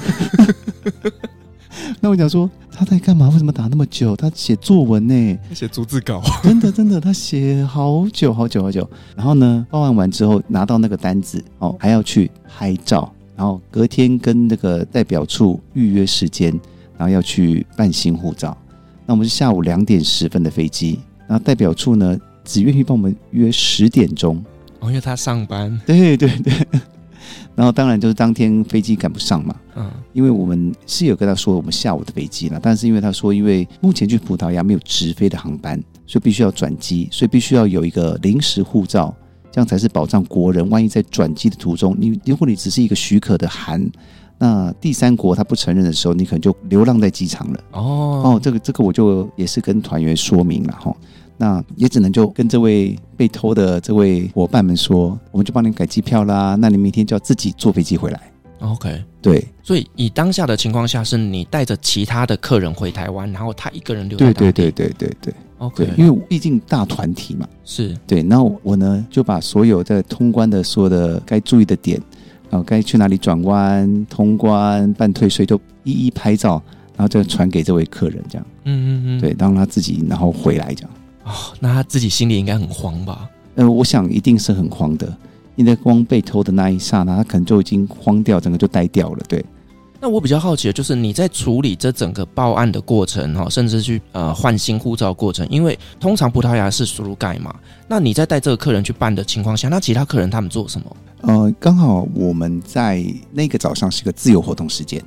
C: 那我讲说他在干嘛？为什么打那么久？他写作文呢， 他写逐字稿。
D: 真的，他写好久。然后呢，报案完之后拿到那个单子还要去拍照，然后隔天跟那个代表处预约时间，然后要去办新护照。那我们是下午2点10分的飞机。然后代表处呢，只愿意帮我们约10点钟，
C: 因为他上班。
D: 对。然后当然就是当天飞机赶不上嘛，因为我们是有跟他说我们下午的飞机了，但是因为他说因为目前去葡萄牙没有直飞的航班，所以必须要转机，所以必须要有一个临时护照，这样才是保障国人。万一在转机的途中，如果你只是一个许可的函，那第三国他不承认的时候，你可能就流浪在机场了。这个我就也是跟团员说明了齁。那也只能就跟这位被偷的这位伙伴们说，我们就帮你改机票啦，那你明天就要自己坐飞机回来。
C: OK，
D: 对，
C: 所以以当下的情况下，是你带着其他的客人回台湾，然后他一个人留在当地。
D: 对
C: OK，
D: 因为毕竟大团体嘛，
C: 是对。
D: 那我呢就把所有在通关的所有的该注意的点，然后该去哪里转弯、通关、办退税，都一一拍照，然后再传给这位客人，这样。对，让他自己然后回来这样。
C: 那他自己心里应该很慌吧？
D: 我想一定是很慌的，因为光被偷的那一刹那，他可能就已经慌掉，整个就呆掉了。对。
C: 那我比较好奇的就是你在处理这整个报案的过程甚至去换新护照过程，因为通常葡萄牙是输入盖嘛，那你在带这个客人去办的情况下，那其他客人他们做什么？
D: 刚好我们在那个早上是个自由活动时间。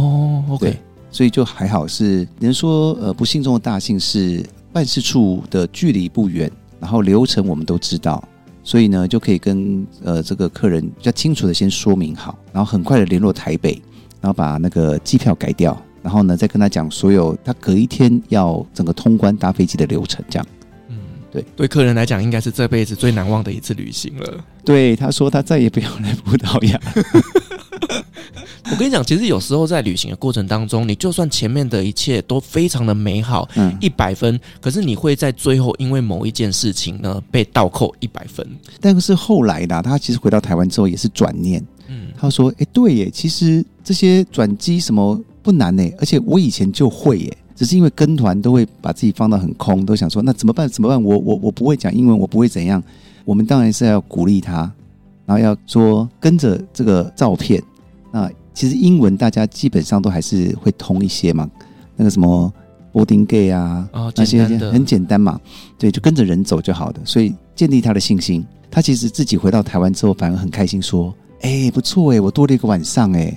C: OK，
D: 所以就还好是人说不幸中的大幸是办事处的距离不远，然后流程我们都知道，所以呢就可以跟这个客人比较清楚的先说明好，然后很快的联络台北，然后把那个机票改掉，然后呢再跟他讲所有他隔一天要整个通关搭飞机的流程这样。
C: 对客人来讲应该是这辈子最难忘的一次旅行了。
D: 对，他说他再也不要来葡萄牙。
C: 我跟你讲，其实有时候在旅行的过程当中，你就算前面的一切都非常的美好，100分，可是你会在最后因为某一件事情呢被倒扣100分。
D: 但是后来啦，他其实回到台湾之后也是转念，他说对耶，其实这些转机什么不难耶，而且我以前就会耶，只是因为跟团都会把自己放到很空，都想说那怎么办？我不会讲英文，我不会怎样。我们当然是要鼓励他，然后要说跟着这个照片。那其实英文大家基本上都还是会通一些嘛，那个什么 boarding gate 啊，那些很简单嘛，对，就跟着人走就好的，所以建立他的信心。他其实自己回到台湾之后反而很开心说，不错耶，我多了一个晚上耶，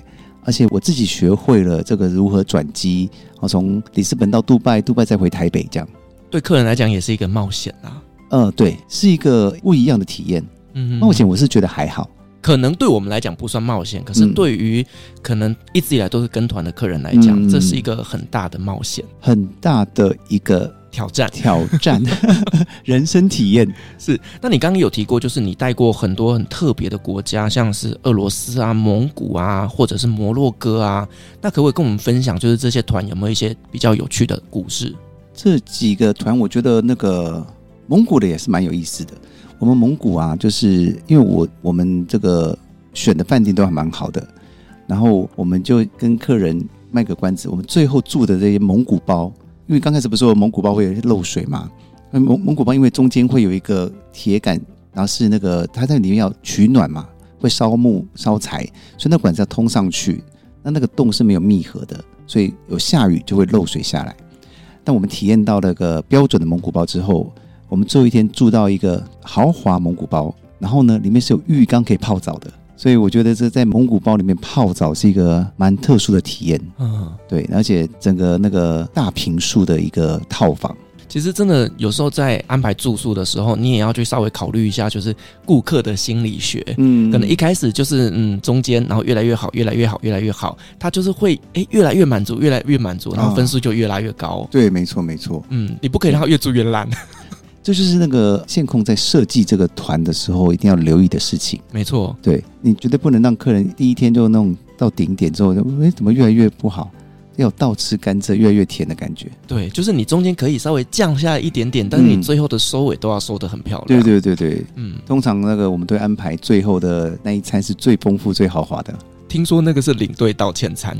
D: 而且我自己学会了这个如何转机，从里斯本到杜拜，杜拜再回台北这样。
C: 对客人来讲也是一个冒险啊。
D: 对，是一个不一样的体验。冒险我是觉得还好。
C: 可能对我们来讲不算冒险，可是对于可能一直以来都是跟团的客人来讲，这是一个很大的冒险，
D: 很大的一个挑战人生体验。
C: 是，那你刚刚有提过，就是你带过很多很特别的国家，像是俄罗斯啊、蒙古啊，或者是摩洛哥啊，那可不可以跟我们分享，就是这些团有没有一些比较有趣的故事？
D: 这几个团我觉得那个蒙古的也是蛮有意思的。我们蒙古啊，就是因为我们这个选的饭店都还蛮好的，然后我们就跟客人卖个关子，我们最后住的这些蒙古包，因为刚开始不是说蒙古包会漏水嘛，蒙古包因为中间会有一个铁杆，然后是那个它在里面要取暖嘛，会烧木烧柴，所以那管子要通上去，那个洞是没有密合的，所以有下雨就会漏水下来。但我们体验到那个标准的蒙古包之后，我们最后一天住到一个豪华蒙古包，然后呢里面是有浴缸可以泡澡的，所以我觉得这在蒙古包里面泡澡是一个蛮特殊的体验。对，而且整个那个大坪数的一个套房。
C: 其实真的有时候在安排住宿的时候，你也要去稍微考虑一下，就是顾客的心理学。可能一开始就是中间，然后越来越好，越来越好，越来越好，他就是会越来越满足，越来越满足，然后分数就越来越高。
D: 对，没错没错。
C: 你不可以让他越住越烂。
D: 这就是那个线控在设计这个团的时候一定要留意的事情。
C: 没错，
D: 对，你绝对不能让客人第一天就弄到顶点之后，怎么越来越不好，要有倒吃甘蔗越来越甜的感觉。
C: 对，就是你中间可以稍微降下来一点点，但是你最后的收尾都要收得很漂亮。
D: 对对对对，通常那个我们都会安排最后的那一餐是最丰富最豪华的。
C: 听说那个是领队道歉餐。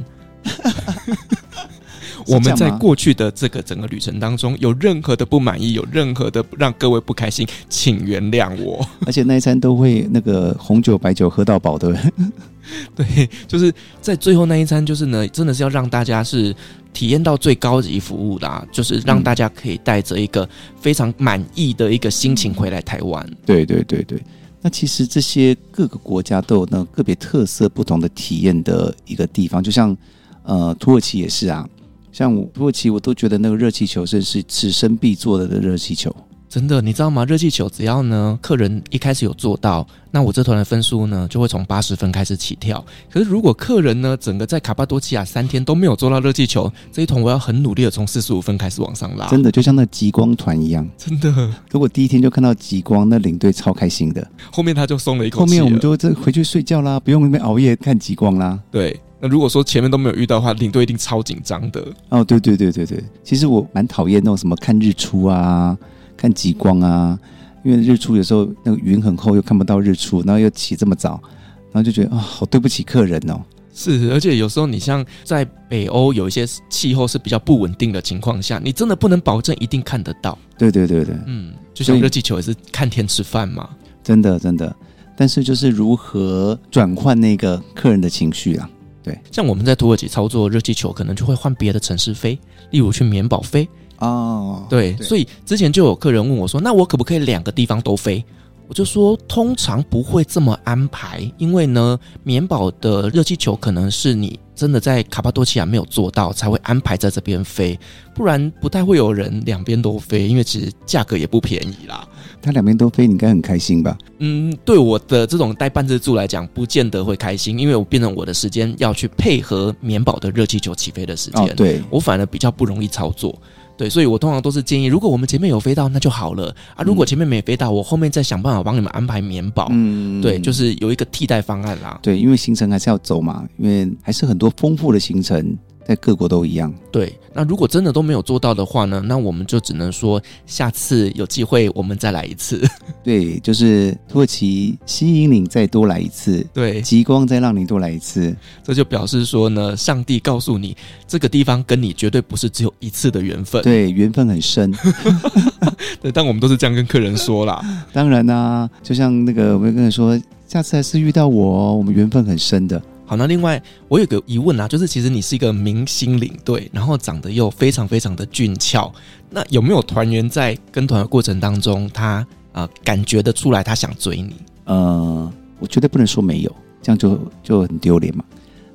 C: 我们在过去的这个整个旅程当中，有任何的不满意，有任何的让各位不开心，请原谅我。
D: 而且那一餐都会那个红酒白酒喝到饱的。
C: 对，就是在最后那一餐，就是呢，真的是要让大家是体验到最高级服务啦，就是让大家可以带着一个非常满意的一个心情回来台湾。
D: 对对对对，那其实这些各个国家都有那个别特色不同的体验的一个地方，就像土耳其也是啊。像土耳其我都觉得那个热气球是此生必做的热气球。
C: 真的，你知道吗？热气球只要呢客人一开始有做到，那我这团的分数呢就会从80分开始起跳。可是如果客人呢整个在卡帕多奇亚3天都没有做到热气球，这一团我要很努力的从45分开始往上拉。
D: 真的就像那极光团一样。
C: 真的，
D: 如果第一天就看到极光，那领队超开心的，
C: 后面他就松了一口气。
D: 后面我们就回去睡觉啦，不用那边熬夜看极光啦。
C: 对，那如果说前面都没有遇到的话，领队一定超紧张的。
D: 对对对对对，其实我蛮讨厌那种什么看日出啊看极光啊，因为日出有时候那个云很厚又看不到日出，然后又起这么早，然后就觉得好对不起客人哦。
C: 是，而且有时候你像在北欧有一些气候是比较不稳定的情况下，你真的不能保证一定看得到。
D: 对对对对，
C: 就像热气球也是看天吃饭嘛。真
D: 的真的，但是就是如何转换那个客人的情绪啊。对，
C: 像我们在土耳其操作热气球，可能就会换别的城市飞，例如去棉堡飞。对，所以之前就有客人问我说，那我可不可以2个地方都飞？我就说通常不会这么安排，因为呢棉堡的热气球可能是你真的在卡帕多奇亚没有做到才会安排在这边飞，不然不太会有人2边都飞，因为其实价格也不便宜啦。
D: 他2边都飞你应该很开心吧？
C: 对我的这种带半日住来讲不见得会开心，因为我变成我的时间要去配合棉堡的热气球起飞的时间，
D: 对，
C: 我反而比较不容易操作。对，所以我通常都是建议，如果我们前面有飞到那就好了啊，如果前面没飞到，我后面再想办法帮你们安排棉堡。对，就是有一个替代方案啦。
D: 对，因为行程还是要走嘛，因为还是很多丰富的行程，在各国都一样。
C: 对，那如果真的都没有做到的话呢，那我们就只能说下次有机会我们再来一次。
D: 对，就是土耳其吸引你再多来一次，
C: 对，
D: 极光再让你多来一次，
C: 这就表示说呢，上帝告诉你这个地方跟你绝对不是只有一次的缘分。
D: 对，缘分很深。
C: 对，但我们都是这样跟客人说啦。
D: 当然啊，就像那个我们跟人说，下次还是遇到我哦，我们缘分很深的。
C: 好，那另外我有个疑问啊，就是其实你是一个明星领队，然后长得又非常非常的俊俏，那有没有团员在跟团的过程当中，他感觉得出来他想追你？
D: 我绝对不能说没有，这样就很丢脸嘛。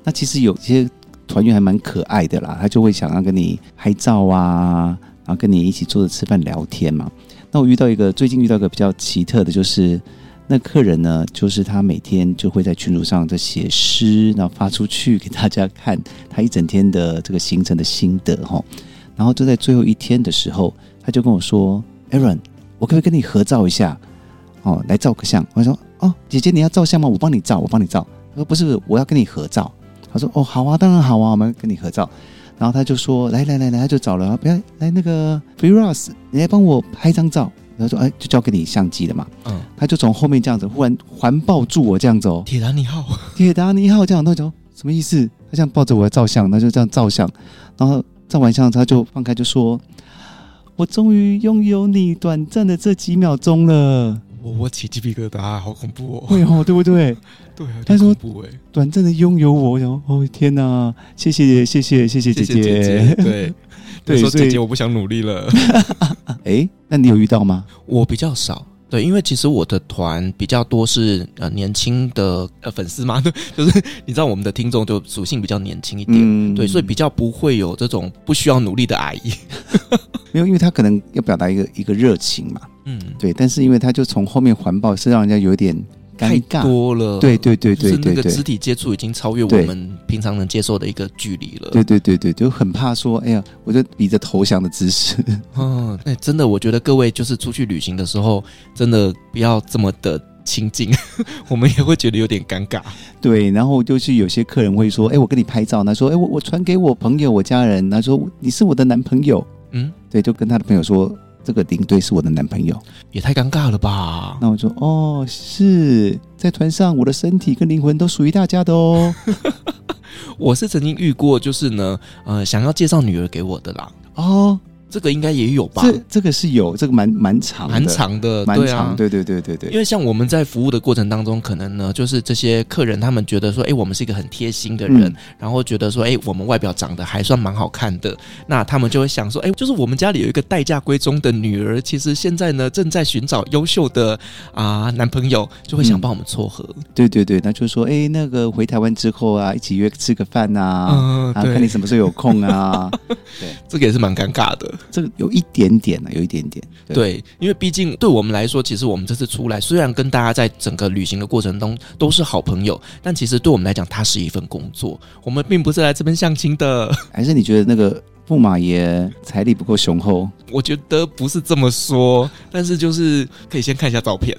D: 那其实有些团员还蛮可爱的啦，他就会想要跟你拍照啊，然后跟你一起坐着吃饭聊天嘛。那我最近遇到一个比较奇特的，就是那客人呢，就是他每天就会在群组上在写诗，然后发出去给大家看他一整天的这个行程的心得齁。然后就在最后一天的时候，他就跟我说 ：“Aaron， 我可不可以跟你合照一下？哦，来照个相。”我说：“哦，姐姐你要照相吗？我帮你照。”他说：“不是，我要跟你合照。”他说：“哦，好啊，当然好啊，我们跟你合照。”然后他就说：“来，他就找了，不要来那个 Firas， 你来帮我拍一张照。”他说：“就交给你相机了嘛。”他就从后面这样子忽然环抱住我这样子哦，
C: 铁达尼号
D: 这样，他就什么意思？他这样抱着我照相，他就这样照相，然后照完相他就放开就说：“我终于拥有你短暂的这几秒钟了。”
C: 我起鸡皮疙瘩，好恐怖哦！
D: 会哦，对不对？
C: 对啊，
D: 他说
C: 短
D: 暂的拥有我，然后哦天哪，谢谢姐姐，
C: 对对，说姐姐我不想努力了。
D: 那你有遇到吗？
C: 我比较少。对，因为其实我的团比较多是年轻的粉丝嘛，就是你知道我们的听众就属性比较年轻一点，对，所以比较不会有这种不需要努力的阿姨。
D: 没有，因为他可能要表达一个热情嘛，对，但是因为他就从后面环抱，是让人家有点尴尬，
C: 太多了，
D: 对，
C: 就是那个肢体接触已经超越我们平常能接受的一个距离了。
D: 对，就很怕说，哎呀，我就比着投降的姿势。
C: 真的，我觉得各位就是出去旅行的时候，真的不要这么的亲近，我们也会觉得有点尴尬。
D: 对，然后就是有些客人会说，我跟你拍照，他说，我传给我朋友、我家人，他说你是我的男朋友，对，就跟他的朋友说。这个领队是我的男朋友，
C: 也太尴尬了吧？
D: 那我说哦，是在团上，我的身体跟灵魂都属于大家的哦。
C: 我是曾经遇过，就是呢，想要介绍女儿给我的啦。哦，这个应该也有吧？
D: 这个是有，这个蛮长的，蛮长，对。
C: 因为像我们在服务的过程当中，可能呢，就是这些客人他们觉得说，我们是一个很贴心的人，然后觉得说，我们外表长得还算蛮好看的，那他们就会想说，就是我们家里有一个待嫁闺中的女儿，其实现在呢正在寻找优秀的男朋友，就会想帮我们撮合。
D: 对，那就说，那个回台湾之后啊，一起约吃个饭啊，看你什么时候有空啊。对，
C: 这个也是蛮尴尬的。
D: 这个有一点点。
C: 对，因为毕竟对我们来说，其实我们这次出来，虽然跟大家在整个旅行的过程中都是好朋友，但其实对我们来讲，它是一份工作，我们并不是来这边相亲的。
D: 还是你觉得那个驸马爷财力不够雄厚？
C: 我觉得不是这么说，但是就是可以先看一下照片。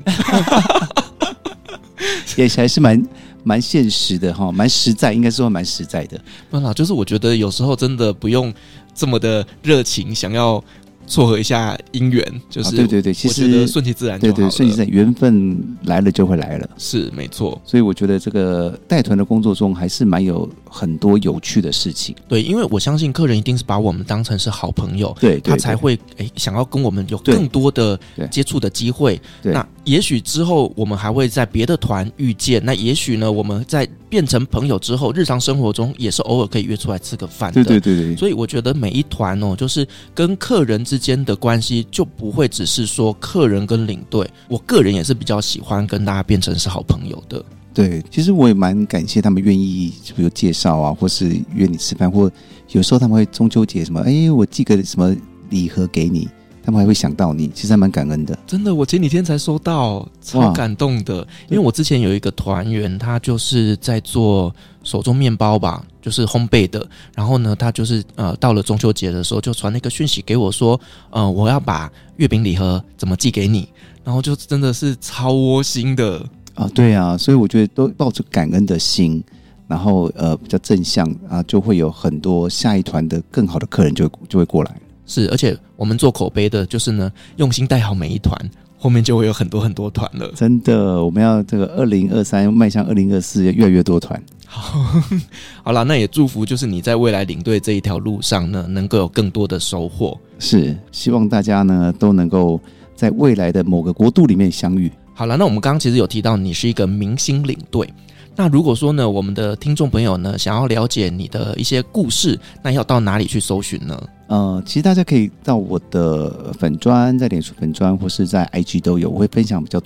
D: 也还是蛮现实的哈，蛮实在，应该说蛮实在的。
C: 不啦，就是我觉得有时候真的不用这么的热情，想要撮合一下姻缘，就是
D: 对，其实
C: 我觉得顺其自然就好了。
D: 对，顺其自然，缘分来了就会来了，
C: 是没错。
D: 所以我觉得这个带团的工作中还是蛮有很多有趣的事情。
C: 对，因为我相信客人一定是把我们当成是好朋友，
D: 对，
C: 他才会想要跟我们有更多的接触的机会。那也许之后我们还会在别的团遇见，那也许呢，我们在变成朋友之后，日常生活中也是偶尔可以约出来吃个饭的。
D: 对。
C: 所以我觉得每一团就是跟客人之间的关系就不会只是说客人跟领队，我个人也是比较喜欢跟大家变成是好朋友的。
D: 对，其实我也蛮感谢他们愿意，比如介绍啊，或是约你吃饭，或有时候他们会中秋节什么，我寄个什么礼盒给你。他们还会想到你，其实还蛮感恩的。
C: 真的，我前几天才收到，超感动的。因为我之前有一个团员，他就是在做手中面包吧，就是烘焙的。然后呢，他就是到了中秋节的时候，就传了一个讯息给我说，我要把月饼礼盒怎么寄给你。然后就真的是超窝心的
D: 啊，对啊，所以我觉得都抱着感恩的心，然后比较正向啊，就会有很多下一团的更好的客人就会过来。
C: 是，而且我们做口碑的，就是呢，用心带好每一团，后面就会有很多很多团了。
D: 真的，我们要这个2023迈向2024，越来越多团。
C: 好啦，那也祝福就是你在未来领队这一条路上呢，能够有更多的收获。
D: 是，希望大家呢都能够在未来的某个国度里面相遇。
C: 好啦，那我们刚刚其实有提到你是一个明星领队。那如果说呢，我们的听众朋友呢想要了解你的一些故事，那要到哪里去搜寻呢？
D: 其实大家可以到我的粉专，在脸书粉专或是在 IG 都有，我会分享比较多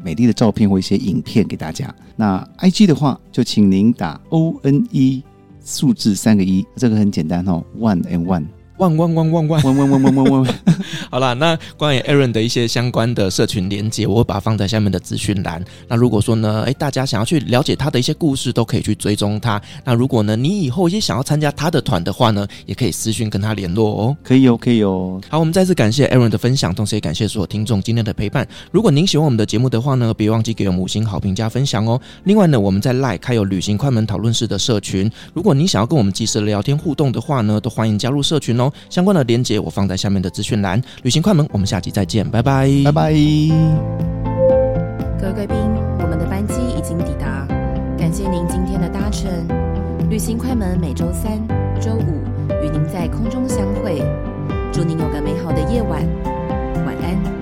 D: 美丽的照片或一些影片给大家。那 IG 的话，就请您打 ONE 数字3个1，这个很简单哦 ，One and One。
C: 万好啦，那关于 Aaron 的一些相关的社群连结，我会把它放在下面的资讯栏。那如果说呢，大家想要去了解他的一些故事，都可以去追踪他。那如果呢，你以后也想要参加他的团的话呢，也可以私讯跟他联络哦。
D: 可以哦。
C: 好，我们再次感谢 Aaron 的分享，同时也感谢所有听众今天的陪伴。如果您喜欢我们的节目的话呢，别忘记给我们5星好评加分享哦。另外呢，我们在 LINE 开有旅行快门讨论室的社群，如果你想要跟我们及时的聊天互动的话呢，都欢迎加入社群哦。相关的连结我放在下面的资讯栏。旅行快门，我们下集再见，拜拜，
D: 拜拜。
B: 各位贵宾，我们的班机已经抵达，感谢您今天的搭乘。旅行快门每周3、周5与您在空中相会，祝您有个美好的夜晚，晚安。